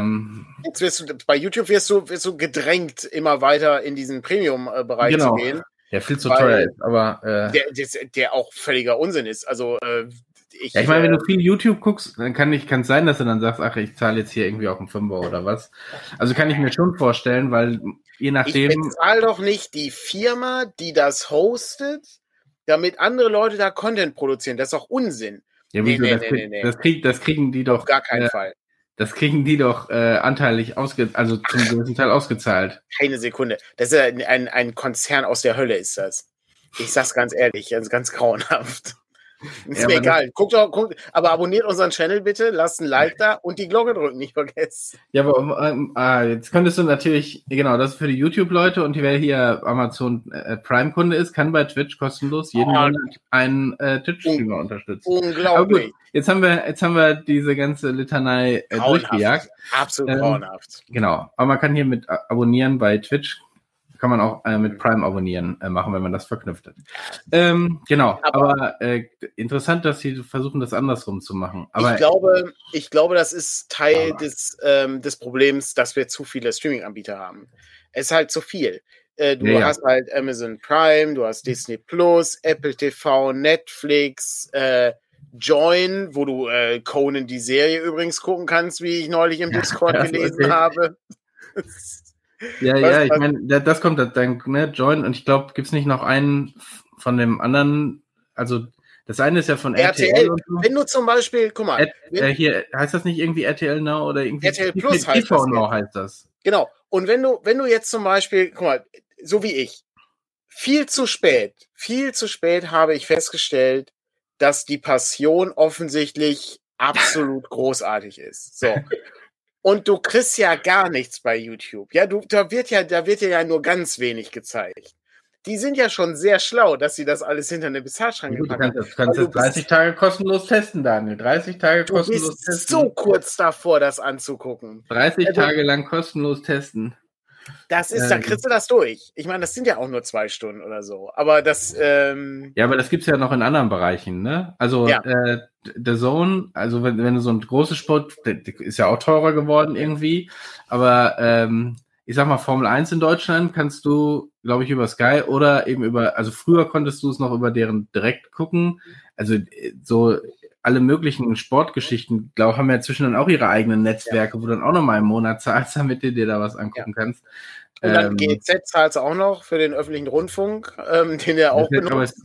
[SPEAKER 1] bei YouTube wirst du gedrängt, immer weiter in diesen Premium-Bereich zu gehen.
[SPEAKER 2] Der viel zu teuer ist, aber
[SPEAKER 1] der auch völliger Unsinn ist. Also
[SPEAKER 2] ich meine, wenn du viel YouTube guckst, dann kann es sein, dass du dann sagst, ach, ich zahle jetzt hier irgendwie auch einen Fünfer oder was. Also kann ich mir schon vorstellen, weil je nachdem...
[SPEAKER 1] Ich bezahle doch nicht die Firma, die das hostet, damit andere Leute da Content produzieren. Das ist doch Unsinn.
[SPEAKER 2] Ja, nee. Das kriegen die doch...
[SPEAKER 1] Auf gar keinen Fall.
[SPEAKER 2] Das kriegen die doch anteilig zum größten Teil ausgezahlt.
[SPEAKER 1] Keine Sekunde. Das ist ein Konzern aus der Hölle, ist das. Ich sag's ganz ehrlich, ganz grauenhaft. Ist mir egal. Guckt, aber abonniert unseren Channel bitte, lasst ein Like da und die Glocke drücken, nicht vergessen.
[SPEAKER 2] Ja, aber jetzt könntest du natürlich, genau, das ist für die YouTube-Leute und wer hier Amazon Prime-Kunde ist, kann bei Twitch kostenlos jeden Monat einen Twitch-Streamer unterstützen.
[SPEAKER 1] Unglaublich.
[SPEAKER 2] Gut, jetzt haben wir diese ganze Litanei durchgejagt.
[SPEAKER 1] Absolut grauenhaft.
[SPEAKER 2] Genau, aber man kann hier mit abonnieren bei Twitch. Kann man auch mit Prime abonnieren machen, wenn man das verknüpft hat. Genau, aber interessant, dass sie versuchen, das andersrum zu machen. Aber
[SPEAKER 1] ich glaube, das ist Teil des Problems, dass wir zu viele Streaming-Anbieter haben. Es ist halt zu viel. Du hast halt Amazon Prime, du hast Disney Plus, Apple TV, Netflix, Join, wo du Conan die Serie übrigens gucken kannst, wie ich neulich im Discord gelesen habe.
[SPEAKER 2] Ja, ich meine, das kommt dann, ne, Join, und ich glaube, gibt es nicht noch einen von dem anderen, also das eine ist ja von RTL. Und so.
[SPEAKER 1] Wenn du zum Beispiel, guck mal.
[SPEAKER 2] Hier, heißt das nicht irgendwie RTL Now oder irgendwie?
[SPEAKER 1] RTL Plus heißt
[SPEAKER 2] TV Now heißt das.
[SPEAKER 1] Genau, und wenn du jetzt zum Beispiel, guck mal, so wie ich, viel zu spät habe ich festgestellt, dass die Passion offensichtlich absolut großartig ist. So. Und du kriegst ja gar nichts bei YouTube. Ja, da wird ja nur ganz wenig gezeigt. Die sind ja schon sehr schlau, dass sie das alles hinter eine Bezahlschranke packen.
[SPEAKER 2] Du kannst das 30 Tage kostenlos testen, Daniel. 30 Tage kostenlos testen.
[SPEAKER 1] Du bist so kurz davor, das anzugucken.
[SPEAKER 2] 30 Tage lang kostenlos testen.
[SPEAKER 1] Das ist, dann kriegst du das durch. Ich meine, das sind ja auch nur 2 Stunden oder so. Aber das...
[SPEAKER 2] Ja, aber das gibt's ja noch in anderen Bereichen, ne? Also The Zone, also wenn du so ein großes Sport, ist ja auch teurer geworden irgendwie, aber ich sag mal, Formel 1 in Deutschland kannst du, glaube ich, über Sky oder eben also früher konntest du es noch über deren Direkt gucken, also so alle möglichen Sportgeschichten, glaube ich, haben ja zwischen dann auch ihre eigenen Netzwerke, wo du dann auch nochmal im Monat zahlst, damit du dir da was angucken kannst.
[SPEAKER 1] Und dann GZ zahlst du auch noch für den öffentlichen Rundfunk, den er auch benutzt.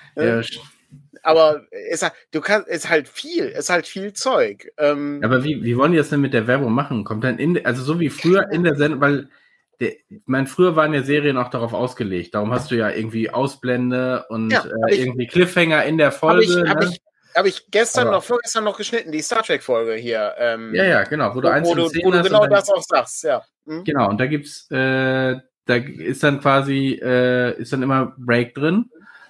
[SPEAKER 1] Aber es ist halt viel Zeug.
[SPEAKER 2] Aber wie wollen die das denn mit der Werbung machen? Kommt dann also so wie früher in der Sendung, weil früher waren ja Serien auch darauf ausgelegt. Darum hast du ja irgendwie Ausblende und irgendwie Cliffhanger in der Folge.
[SPEAKER 1] Habe ich vorgestern noch geschnitten, die Star Trek-Folge hier.
[SPEAKER 2] Genau, wo du
[SPEAKER 1] genau das auch sagst, ja.
[SPEAKER 2] Genau, und da gibt's, da ist dann quasi, ist dann immer Break drin.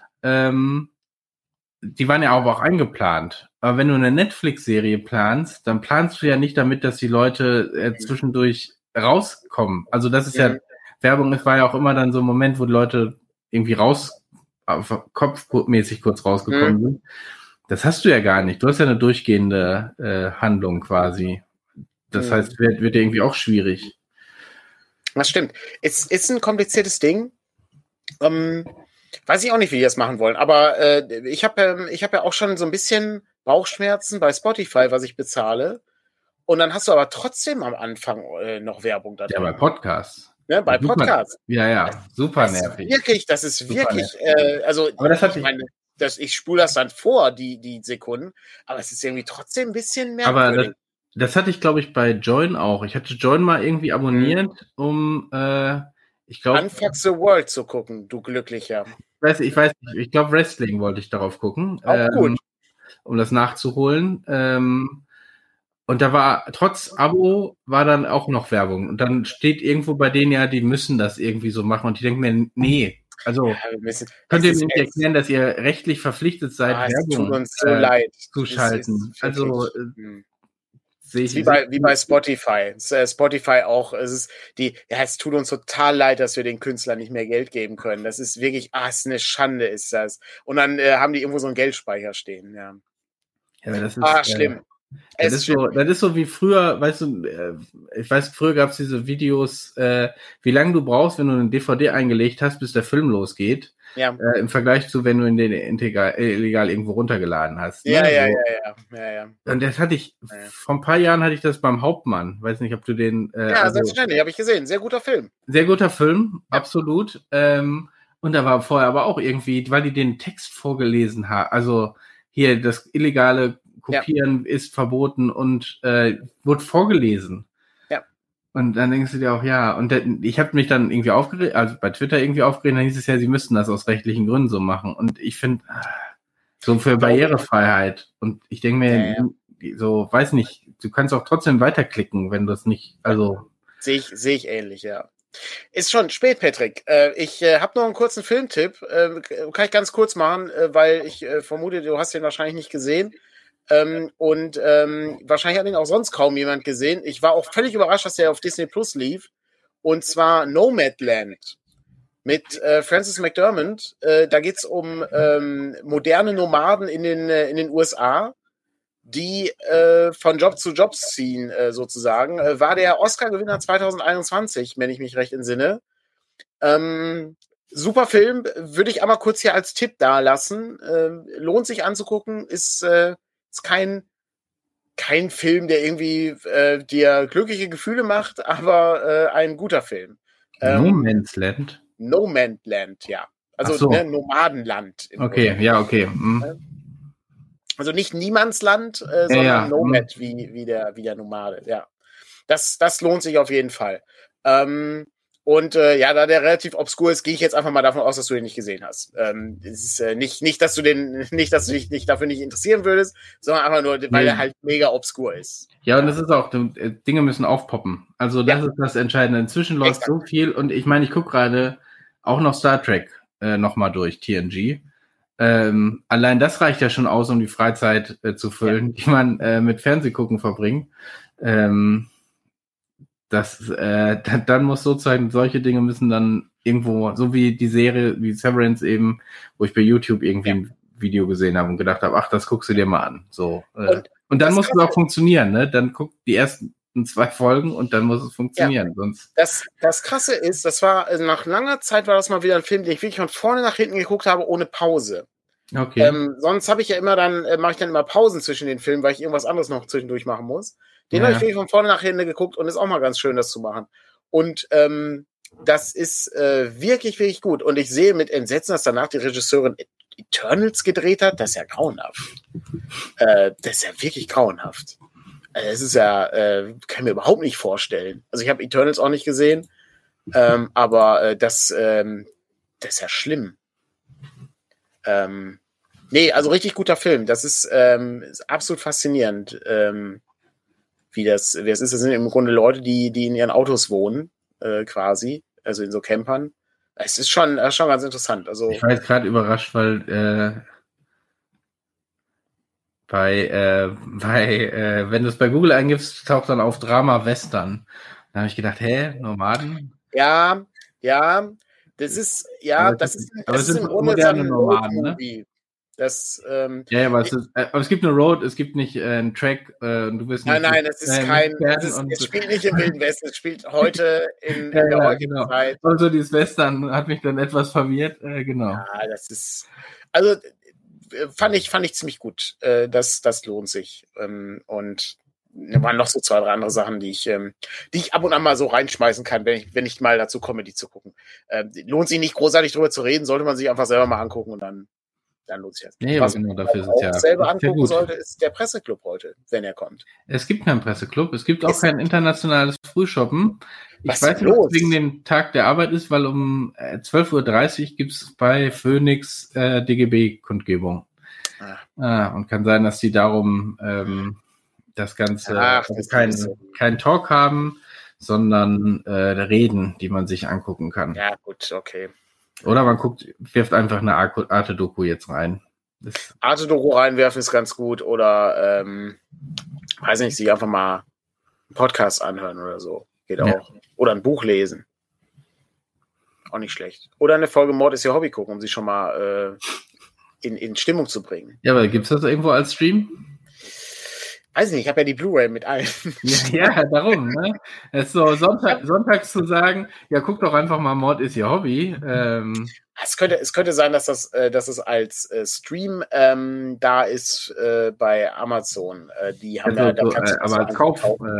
[SPEAKER 2] Die waren ja auch eingeplant. Aber wenn du eine Netflix-Serie planst, dann planst du ja nicht damit, dass die Leute zwischendurch rauskommen. Also das ist ja, Werbung war ja auch immer dann so ein Moment, wo die Leute irgendwie kopfmäßig kurz rausgekommen sind. Das hast du ja gar nicht. Du hast ja eine durchgehende Handlung quasi. Das heißt, wird ja irgendwie auch schwierig.
[SPEAKER 1] Das stimmt. Es ist ein kompliziertes Ding. Weiß ich auch nicht, wie die das machen wollen. Aber ich hab ja auch schon so ein bisschen Bauchschmerzen bei Spotify, was ich bezahle. Und dann hast du aber trotzdem am Anfang noch Werbung da drin.
[SPEAKER 2] Ja, bei Podcasts.
[SPEAKER 1] Ne, bei Podcasts.
[SPEAKER 2] Ja, super nervig.
[SPEAKER 1] Das ist wirklich,
[SPEAKER 2] aber das
[SPEAKER 1] ich spule das dann vor, die Sekunden, aber es ist irgendwie trotzdem ein bisschen merkwürdig.
[SPEAKER 2] Aber das hatte ich, glaube ich, bei Join auch. Ich hatte Join mal irgendwie abonniert, um, ich glaube...
[SPEAKER 1] Unfuck the World zu gucken, du Glücklicher.
[SPEAKER 2] Ich weiß nicht, ich glaube Wrestling wollte ich darauf gucken.
[SPEAKER 1] Auch gut.
[SPEAKER 2] Um das nachzuholen. Und da war, trotz Abo, war dann auch noch Werbung. Und dann steht irgendwo bei denen ja, die müssen das irgendwie so machen. Und die denken mir, nee, also könnt ihr mir nicht erklären, dass ihr rechtlich verpflichtet seid, Werbung
[SPEAKER 1] tut uns so leid.
[SPEAKER 2] zu schalten. Also sehe ich
[SPEAKER 1] wie bei Spotify. Spotify auch. Es tut uns total leid, dass wir den Künstlern nicht mehr Geld geben können. Das ist wirklich, es ist eine Schande, ist das. Und dann haben die irgendwo so einen Geldspeicher stehen. Ja,
[SPEAKER 2] das ist
[SPEAKER 1] schlimm.
[SPEAKER 2] Das ist so wie früher, weißt du, früher gab es diese Videos, wie lange du brauchst, wenn du eine DVD eingelegt hast, bis der Film losgeht.
[SPEAKER 1] Ja.
[SPEAKER 2] Im Vergleich zu, wenn du ihn illegal irgendwo runtergeladen hast.
[SPEAKER 1] Ja.
[SPEAKER 2] Und das hatte ich, vor ein paar Jahren hatte ich das beim Hauptmann. Weiß nicht, ob du den...
[SPEAKER 1] selbstverständlich, habe ich gesehen. Sehr guter Film.
[SPEAKER 2] Sehr guter Film, absolut. Und da war vorher aber auch irgendwie, weil die den Text vorgelesen haben, also hier das illegale Kopieren ist verboten und wurde vorgelesen.
[SPEAKER 1] Ja.
[SPEAKER 2] Und dann denkst du dir auch, ich habe mich dann irgendwie aufgeregt, also bei Twitter irgendwie aufgeregt, dann hieß es ja, sie müssten das aus rechtlichen Gründen so machen. Und ich finde, so für Barrierefreiheit. Und ich denke mir, so, weiß nicht, du kannst auch trotzdem weiterklicken, wenn du es nicht, also...
[SPEAKER 1] Sehe ich ähnlich, ja. Ist schon spät, Patrick. Ich habe noch einen kurzen Filmtipp. Kann ich ganz kurz machen, weil ich vermute, du hast den wahrscheinlich nicht gesehen. Wahrscheinlich hat ihn auch sonst kaum jemand gesehen. Ich war auch völlig überrascht, dass der auf Disney Plus lief. Und zwar Nomadland mit Frances McDormand. Da geht es um moderne Nomaden in den USA, die von Job zu Job ziehen, sozusagen. War der Oscar-Gewinner 2021, wenn ich mich recht entsinne. Super Film, würde ich einmal kurz hier als Tipp dalassen. Lohnt sich anzugucken, ist kein Film, der irgendwie dir glückliche Gefühle macht, aber ein guter Film.
[SPEAKER 2] No Man's Land?
[SPEAKER 1] No Man's Land, ja. Also
[SPEAKER 2] so.
[SPEAKER 1] Nomadenland.
[SPEAKER 2] Okay, ja, okay.
[SPEAKER 1] Also nicht Niemandsland, sondern Nomad, wie der Nomade, ja. Das lohnt sich auf jeden Fall. Da der relativ obskur ist, gehe ich jetzt einfach mal davon aus, dass du den nicht gesehen hast. Es ist nicht, dass du dich nicht dafür nicht interessieren würdest, sondern einfach nur, weil er halt mega obskur ist.
[SPEAKER 2] Ja, und das ist auch, Dinge müssen aufpoppen. Also das ist das Entscheidende. Inzwischen läuft so viel und ich meine, ich gucke gerade auch noch Star Trek nochmal durch, TNG. Allein das reicht ja schon aus, um die Freizeit zu füllen, die man mit Fernsehgucken verbringt. Dann muss sozusagen, solche Dinge müssen dann irgendwo, so wie die Serie, wie Severance eben, wo ich bei YouTube irgendwie ein Video gesehen habe und gedacht habe, ach, das guckst du dir mal an. So. Und dann muss es auch funktionieren, ne? Dann guck die ersten 2 Folgen und dann muss es funktionieren.
[SPEAKER 1] Ja.
[SPEAKER 2] Sonst
[SPEAKER 1] das Krasse ist, das war, nach langer Zeit war das mal wieder ein Film, den ich wirklich von vorne nach hinten geguckt habe, ohne Pause.
[SPEAKER 2] Okay.
[SPEAKER 1] Sonst habe ich ja immer mache ich dann immer Pausen zwischen den Filmen, weil ich irgendwas anderes noch zwischendurch machen muss. Den habe ich wirklich von vorne nach hinten geguckt und ist auch mal ganz schön, das zu machen. Und das ist wirklich, wirklich gut. Und ich sehe mit Entsetzen, dass danach die Regisseurin Eternals gedreht hat. Das ist ja grauenhaft. Das ist ja wirklich grauenhaft. Es ist ja, kann ich mir überhaupt nicht vorstellen. Also ich habe Eternals auch nicht gesehen, aber das ist ja schlimm. Also richtig guter Film. Das ist absolut faszinierend, wie das ist. Das sind im Grunde Leute, die in ihren Autos wohnen, quasi, also in so Campern. Es ist schon ganz interessant. Also
[SPEAKER 2] ich war jetzt gerade überrascht, weil wenn du es bei Google eingibst, taucht dann auf Drama Western. Da habe ich gedacht, Nomaden?
[SPEAKER 1] Ja, das ist, das ist im Grunde so ein Road-Movie. Ne?
[SPEAKER 2] Aber es gibt eine Road, es gibt nicht einen Track, du bist nicht.
[SPEAKER 1] Nein, es ist es spielt nicht im Wilden Westen, es spielt heute in der heutigen Zeit.
[SPEAKER 2] Und so dieses Western hat mich dann etwas verwirrt, genau.
[SPEAKER 1] Ja, das ist, also fand ich ziemlich gut. Das lohnt sich. Und waren noch so 2, 3 andere Sachen, die ich ab und an mal so reinschmeißen kann, wenn ich mal dazu komme, die zu gucken. Lohnt sich nicht großartig drüber zu reden, sollte man sich einfach selber mal angucken und dann lohnt sich das.
[SPEAKER 2] Nee, was genau, dafür ist es
[SPEAKER 1] auch selber angucken sollte, ist der Presseclub heute, wenn er kommt.
[SPEAKER 2] Es gibt keinen Presseclub, es gibt auch kein internationales Frühshoppen. Ich weiß nicht, ob es wegen dem Tag der Arbeit ist, weil um 12.30 Uhr gibt es bei Phoenix DGB-Kundgebung. Und kann sein, dass die darum das Ganze kein Talk haben, sondern Reden, die man sich angucken kann.
[SPEAKER 1] Ja, gut, okay.
[SPEAKER 2] Oder man wirft einfach eine Arte-Doku jetzt rein.
[SPEAKER 1] Arte-Doku reinwerfen ist ganz gut. Oder, weiß nicht, sich einfach mal einen Podcast anhören oder so. Geht auch. Ja. Oder ein Buch lesen. Auch nicht schlecht. Oder eine Folge Mord ist ihr Hobby gucken, um sie schon mal in Stimmung zu bringen.
[SPEAKER 2] Ja, aber gibt's das irgendwo als Stream?
[SPEAKER 1] Weiß nicht, ich habe ja die Blu-ray mit allen.
[SPEAKER 2] Ja, darum, ne? Es ist so sonntags zu sagen, ja, guck doch einfach mal, Mord ist ihr Hobby.
[SPEAKER 1] Es könnte sein, dass es als Stream da ist bei Amazon. Die haben
[SPEAKER 2] aber als Kauf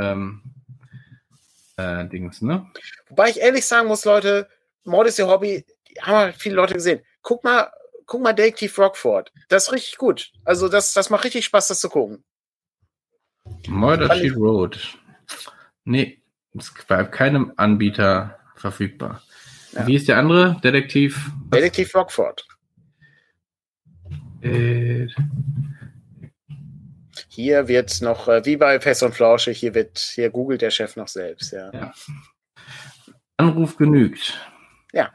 [SPEAKER 2] Dings, ne?
[SPEAKER 1] Wobei ich ehrlich sagen muss, Leute, Mord ist ihr Hobby, haben halt viele Leute gesehen. Guck mal Detective Rockford. Das ist richtig gut. Also das macht richtig Spaß, das zu gucken.
[SPEAKER 2] Murder She Wrote. Nee, ist bei keinem Anbieter verfügbar. Ja. Wie ist der andere? Detective
[SPEAKER 1] Rockford. Hier wird noch, wie bei Fest und Flauschig, hier googelt der Chef noch selbst. Ja.
[SPEAKER 2] Anruf genügt.
[SPEAKER 1] Ja.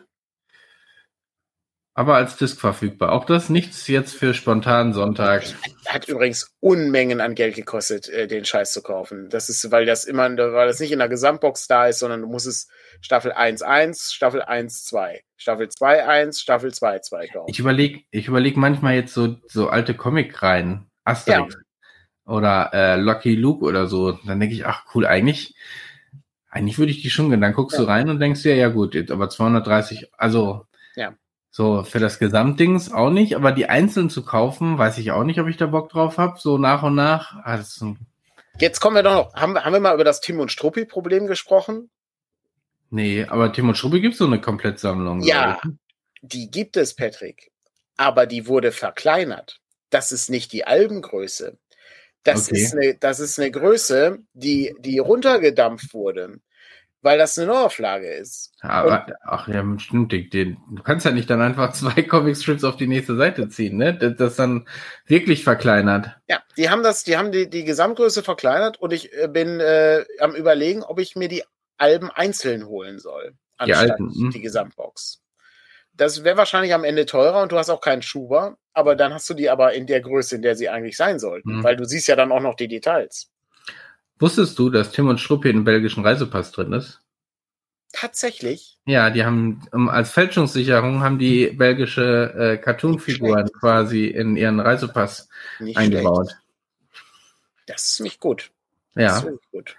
[SPEAKER 2] Aber als Disc verfügbar. Auch das nichts jetzt für spontanen Sonntag.
[SPEAKER 1] Hat übrigens Unmengen an Geld gekostet, den Scheiß zu kaufen. Das ist, weil das nicht in der Gesamtbox da ist, sondern du musst es Staffel 1.1, Staffel 1.2, Staffel 2.1, Staffel 2.2 kaufen.
[SPEAKER 2] Ich überleg manchmal jetzt so alte Comic-Reihen, Asterix oder Lucky Luke oder so. Dann denke ich, ach cool, eigentlich würde ich die schon gehen. Dann guckst du rein und denkst dir, ja gut, jetzt aber 230, also so für das Gesamtdings auch nicht, aber die einzeln zu kaufen, weiß ich auch nicht, ob ich da Bock drauf habe, so nach und nach.
[SPEAKER 1] Jetzt kommen wir doch noch, haben wir mal über das Tim und Struppi-Problem gesprochen?
[SPEAKER 2] Nee, aber Tim und Struppi gibt es so eine Komplettsammlung.
[SPEAKER 1] Ja, die gibt es, Patrick. Aber die wurde verkleinert. Das ist nicht die Albengröße. Das ist eine Größe, die runtergedampft wurde. Weil das eine Neuauflage ist.
[SPEAKER 2] Aber, stimmt. Du kannst ja nicht dann einfach 2 Comicstrips auf die nächste Seite ziehen, ne? Das dann wirklich verkleinert.
[SPEAKER 1] Ja, die haben die Gesamtgröße verkleinert und ich bin am Überlegen, ob ich mir die Alben einzeln holen soll. Anstatt die Gesamtbox. Das wäre wahrscheinlich am Ende teurer und du hast auch keinen Schuber, aber dann hast du die aber in der Größe, in der sie eigentlich sein sollten, weil du siehst ja dann auch noch die Details.
[SPEAKER 2] Wusstest du, dass Tim und Struppi in einem belgischen Reisepass drin ist?
[SPEAKER 1] Tatsächlich?
[SPEAKER 2] Ja, die haben als Fälschungssicherung haben die belgische Cartoon-Figuren quasi in ihren Reisepass eingebaut.
[SPEAKER 1] Schlecht. Das ist nicht gut.
[SPEAKER 2] Ja.
[SPEAKER 1] Das ist wirklich gut.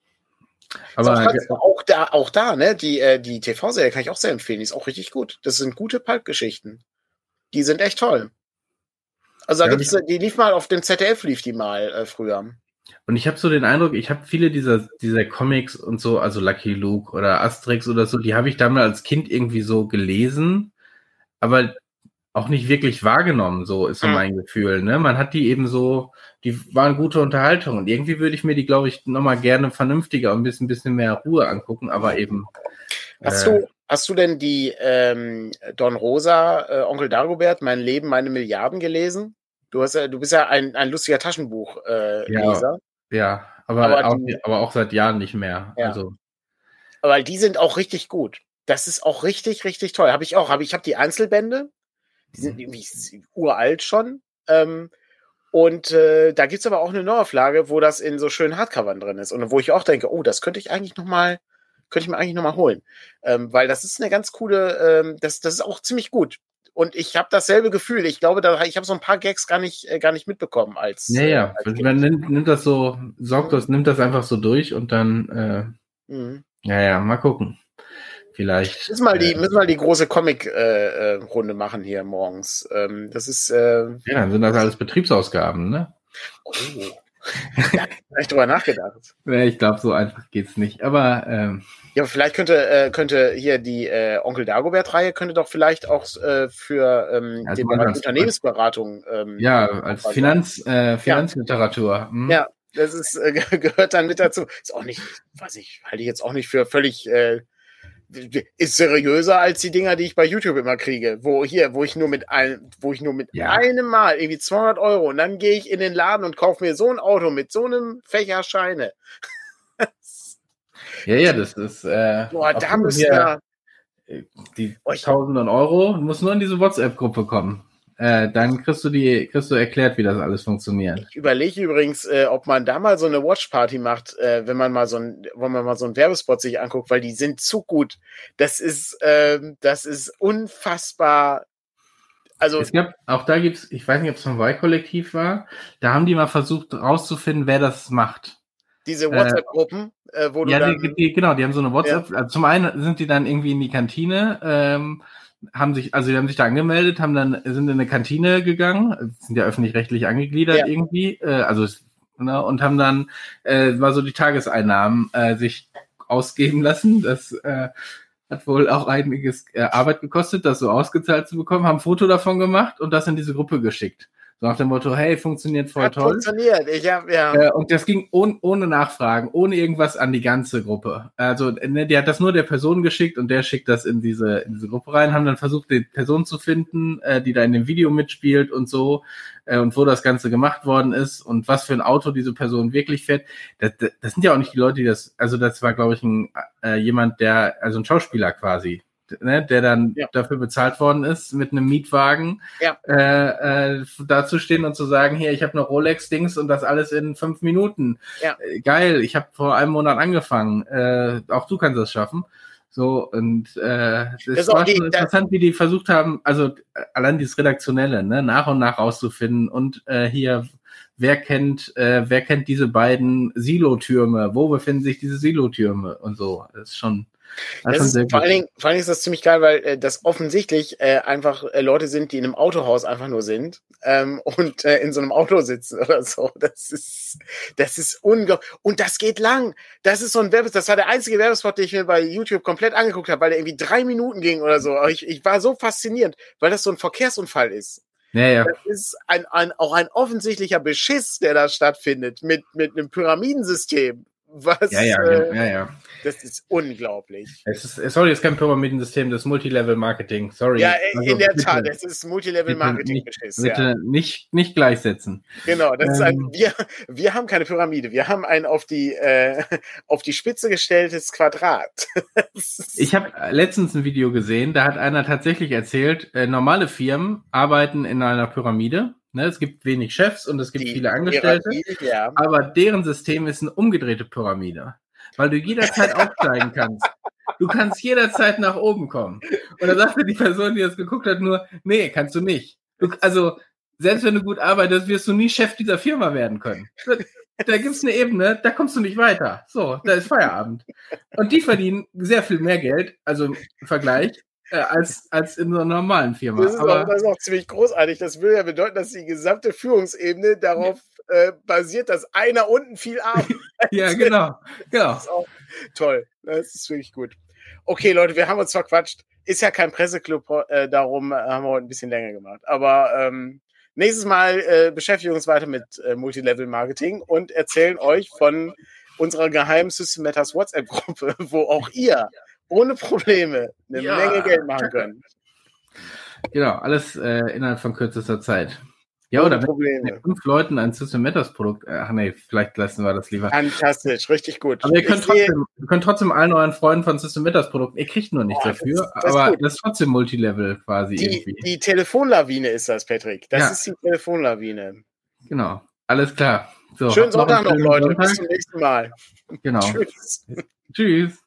[SPEAKER 2] Aber
[SPEAKER 1] auch da, ne? Die TV-Serie kann ich auch sehr empfehlen. Die ist auch richtig gut. Das sind gute Pulp-Geschichten. Die sind echt toll. Also die lief mal auf dem ZDF, lief die mal früher.
[SPEAKER 2] Und ich habe so den Eindruck, ich habe viele dieser Comics und so, also Lucky Luke oder Asterix oder so, die habe ich damals als Kind irgendwie so gelesen, aber auch nicht wirklich wahrgenommen, so ist so mein Gefühl, ne? Man hat die eben so, die waren gute Unterhaltung und irgendwie würde ich mir die, glaube ich, nochmal gerne vernünftiger und ein bisschen mehr Ruhe angucken, aber eben...
[SPEAKER 1] Hast du denn die Don Rosa, Onkel Dagobert, Mein Leben, meine Milliarden gelesen? Du bist ja ein lustiger Taschenbuch-Leser.
[SPEAKER 2] Ja, aber auch seit Jahren nicht mehr.
[SPEAKER 1] Ja.
[SPEAKER 2] Also.
[SPEAKER 1] Aber die sind auch richtig gut. Das ist auch richtig, richtig toll. Ich habe die Einzelbände. Die sind irgendwie uralt schon. Und da gibt's aber auch eine Neuauflage, wo das in so schönen Hardcovern drin ist. Und wo ich auch denke, das könnte ich mir eigentlich noch mal holen. Weil das ist eine ganz coole, das ist auch ziemlich gut. Und ich habe dasselbe Gefühl. Ich glaube, ich habe so ein paar Gags gar nicht mitbekommen als.
[SPEAKER 2] Naja, man nimmt das so, nimmt das einfach so durch und dann, mal gucken. Vielleicht.
[SPEAKER 1] Müssen wir die große Comic-Runde machen hier morgens. Das ist.
[SPEAKER 2] Ja, dann sind das alles Betriebsausgaben, ne?
[SPEAKER 1] Oh, Ja, vielleicht drüber nachgedacht.
[SPEAKER 2] Ich glaube, so einfach geht's nicht. Aber
[SPEAKER 1] ja, vielleicht könnte hier die Onkel Dagobert-Reihe könnte doch vielleicht auch für den Bereich Unternehmensberatung
[SPEAKER 2] als Finanzliteratur.
[SPEAKER 1] Ja, das ist gehört dann mit dazu. Ist auch nicht, halte ich jetzt auch nicht für völlig ist seriöser als die Dinger, die ich bei YouTube immer kriege, wo ich nur mit einem Mal irgendwie 200 Euro und dann gehe ich in den Laden und kaufe mir so ein Auto mit so einem Fächer Scheine.
[SPEAKER 2] Ja, das ist
[SPEAKER 1] da müssen wir
[SPEAKER 2] die Tausenden Euro, du musst nur in diese WhatsApp-Gruppe kommen. Dann kriegst du erklärt, wie das alles funktioniert.
[SPEAKER 1] Ich überlege übrigens, ob man da mal so eine Watchparty macht, wenn man mal so einen Werbespot sich anguckt, weil die sind zu gut. Das ist unfassbar. Also
[SPEAKER 2] ich weiß nicht, ob es vom Y-Kollektiv war, da haben die mal versucht rauszufinden, wer das macht.
[SPEAKER 1] Diese WhatsApp-Gruppen, wo du
[SPEAKER 2] die haben so eine WhatsApp. Ja. Also zum einen sind die dann irgendwie in die Kantine, die haben sich da angemeldet, sind in eine Kantine gegangen, sind ja öffentlich-rechtlich angegliedert irgendwie, und haben dann war so die Tageseinnahmen sich ausgeben lassen. Das hat wohl auch einiges Arbeit gekostet, das so ausgezahlt zu bekommen, haben ein Foto davon gemacht und das in diese Gruppe geschickt. So nach dem Motto, hey, funktioniert voll toll.
[SPEAKER 1] Funktioniert,
[SPEAKER 2] und das ging ohne Nachfragen, ohne irgendwas an die ganze Gruppe. Also, die hat das nur der Person geschickt und der schickt das in diese Gruppe rein, haben dann versucht, die Person zu finden, die da in dem Video mitspielt und so, und wo das Ganze gemacht worden ist und was für ein Auto diese Person wirklich fährt. Das sind ja auch nicht die Leute, das war, glaube ich, ein Schauspieler quasi, ne, der dann dafür bezahlt worden ist, mit einem Mietwagen dazustehen und zu sagen, hier, ich habe noch Rolex-Dings und das alles in 5 Minuten.
[SPEAKER 1] Ja.
[SPEAKER 2] Geil, ich habe vor einem Monat angefangen. Auch du kannst das schaffen. So, und das war schon interessant, wie die versucht haben, also allein dieses Redaktionelle, ne, nach und nach rauszufinden und hier, wer kennt diese beiden Silotürme? Wo befinden sich diese Silotürme? Und so, das ist schon vor
[SPEAKER 1] allen Dingen ist das ziemlich geil, weil das offensichtlich einfach Leute sind, die in einem Autohaus einfach nur sind und in so einem Auto sitzen oder so. Das ist unglaublich. Und das geht lang. Das ist so ein das war der einzige Werbespot, den ich mir bei YouTube komplett angeguckt habe, weil der irgendwie 3 Minuten ging oder so. Aber ich war so faszinierend, weil das so ein Verkehrsunfall ist.
[SPEAKER 2] Ja.
[SPEAKER 1] Das ist auch ein offensichtlicher Beschiss, der da stattfindet mit einem Pyramidensystem.
[SPEAKER 2] Ja.
[SPEAKER 1] Das ist unglaublich.
[SPEAKER 2] Es ist kein Pyramidensystem, das ist Multilevel-Marketing. Sorry.
[SPEAKER 1] Ja, in der Tat, es ist Multilevel-Marketing-Beschiss.
[SPEAKER 2] Bitte nicht gleichsetzen.
[SPEAKER 1] Genau, das ist wir haben keine Pyramide, wir haben ein auf die Spitze gestelltes Quadrat.
[SPEAKER 2] Ich habe letztens ein Video gesehen, da hat einer tatsächlich erzählt, normale Firmen arbeiten in einer Pyramide. Ne, es gibt wenig Chefs und es gibt viele Angestellte, aber deren System ist eine umgedrehte Pyramide, weil du jederzeit aufsteigen kannst. Du kannst jederzeit nach oben kommen. Und da sagte die Person, die das geguckt hat, nur, nee, kannst du nicht. Selbst wenn du gut arbeitest, wirst du nie Chef dieser Firma werden können. Da gibt's eine Ebene, da kommst du nicht weiter. So, da ist Feierabend. Und die verdienen sehr viel mehr Geld, also im Vergleich, als in so einer normalen Firma.
[SPEAKER 1] Das ist auch ziemlich großartig. Das würde ja bedeuten, dass die gesamte Führungsebene darauf basiert, dass einer unten viel arbeitet.
[SPEAKER 2] Ja, genau.
[SPEAKER 1] Das ist auch toll. Das ist wirklich gut. Okay, Leute, wir haben uns verquatscht. Ist ja kein Presseclub, darum haben wir heute ein bisschen länger gemacht. Aber nächstes Mal beschäftigen wir uns weiter mit Multilevel-Marketing und erzählen euch von unserer geheimen System Matters WhatsApp-Gruppe, wo auch ihr ohne Probleme eine Menge Geld machen können.
[SPEAKER 2] Genau, alles innerhalb von kürzester Zeit. Ja, oder mit 5 Leuten ein System Matters Produkt. Ach nee, vielleicht lassen wir das lieber.
[SPEAKER 1] Fantastisch, richtig gut.
[SPEAKER 2] Aber ihr könnt trotzdem allen euren Freunden von System Matters Produkten, ihr kriegt nur nichts dafür, aber das ist trotzdem Multilevel quasi irgendwie.
[SPEAKER 1] Die Telefonlawine ist das, Patrick. Das ist die Telefonlawine.
[SPEAKER 2] Genau, alles klar. So,
[SPEAKER 1] schönen Sonntag noch, Leute. Bis zum nächsten Mal.
[SPEAKER 2] Genau.
[SPEAKER 1] Tschüss.
[SPEAKER 2] Tschüss.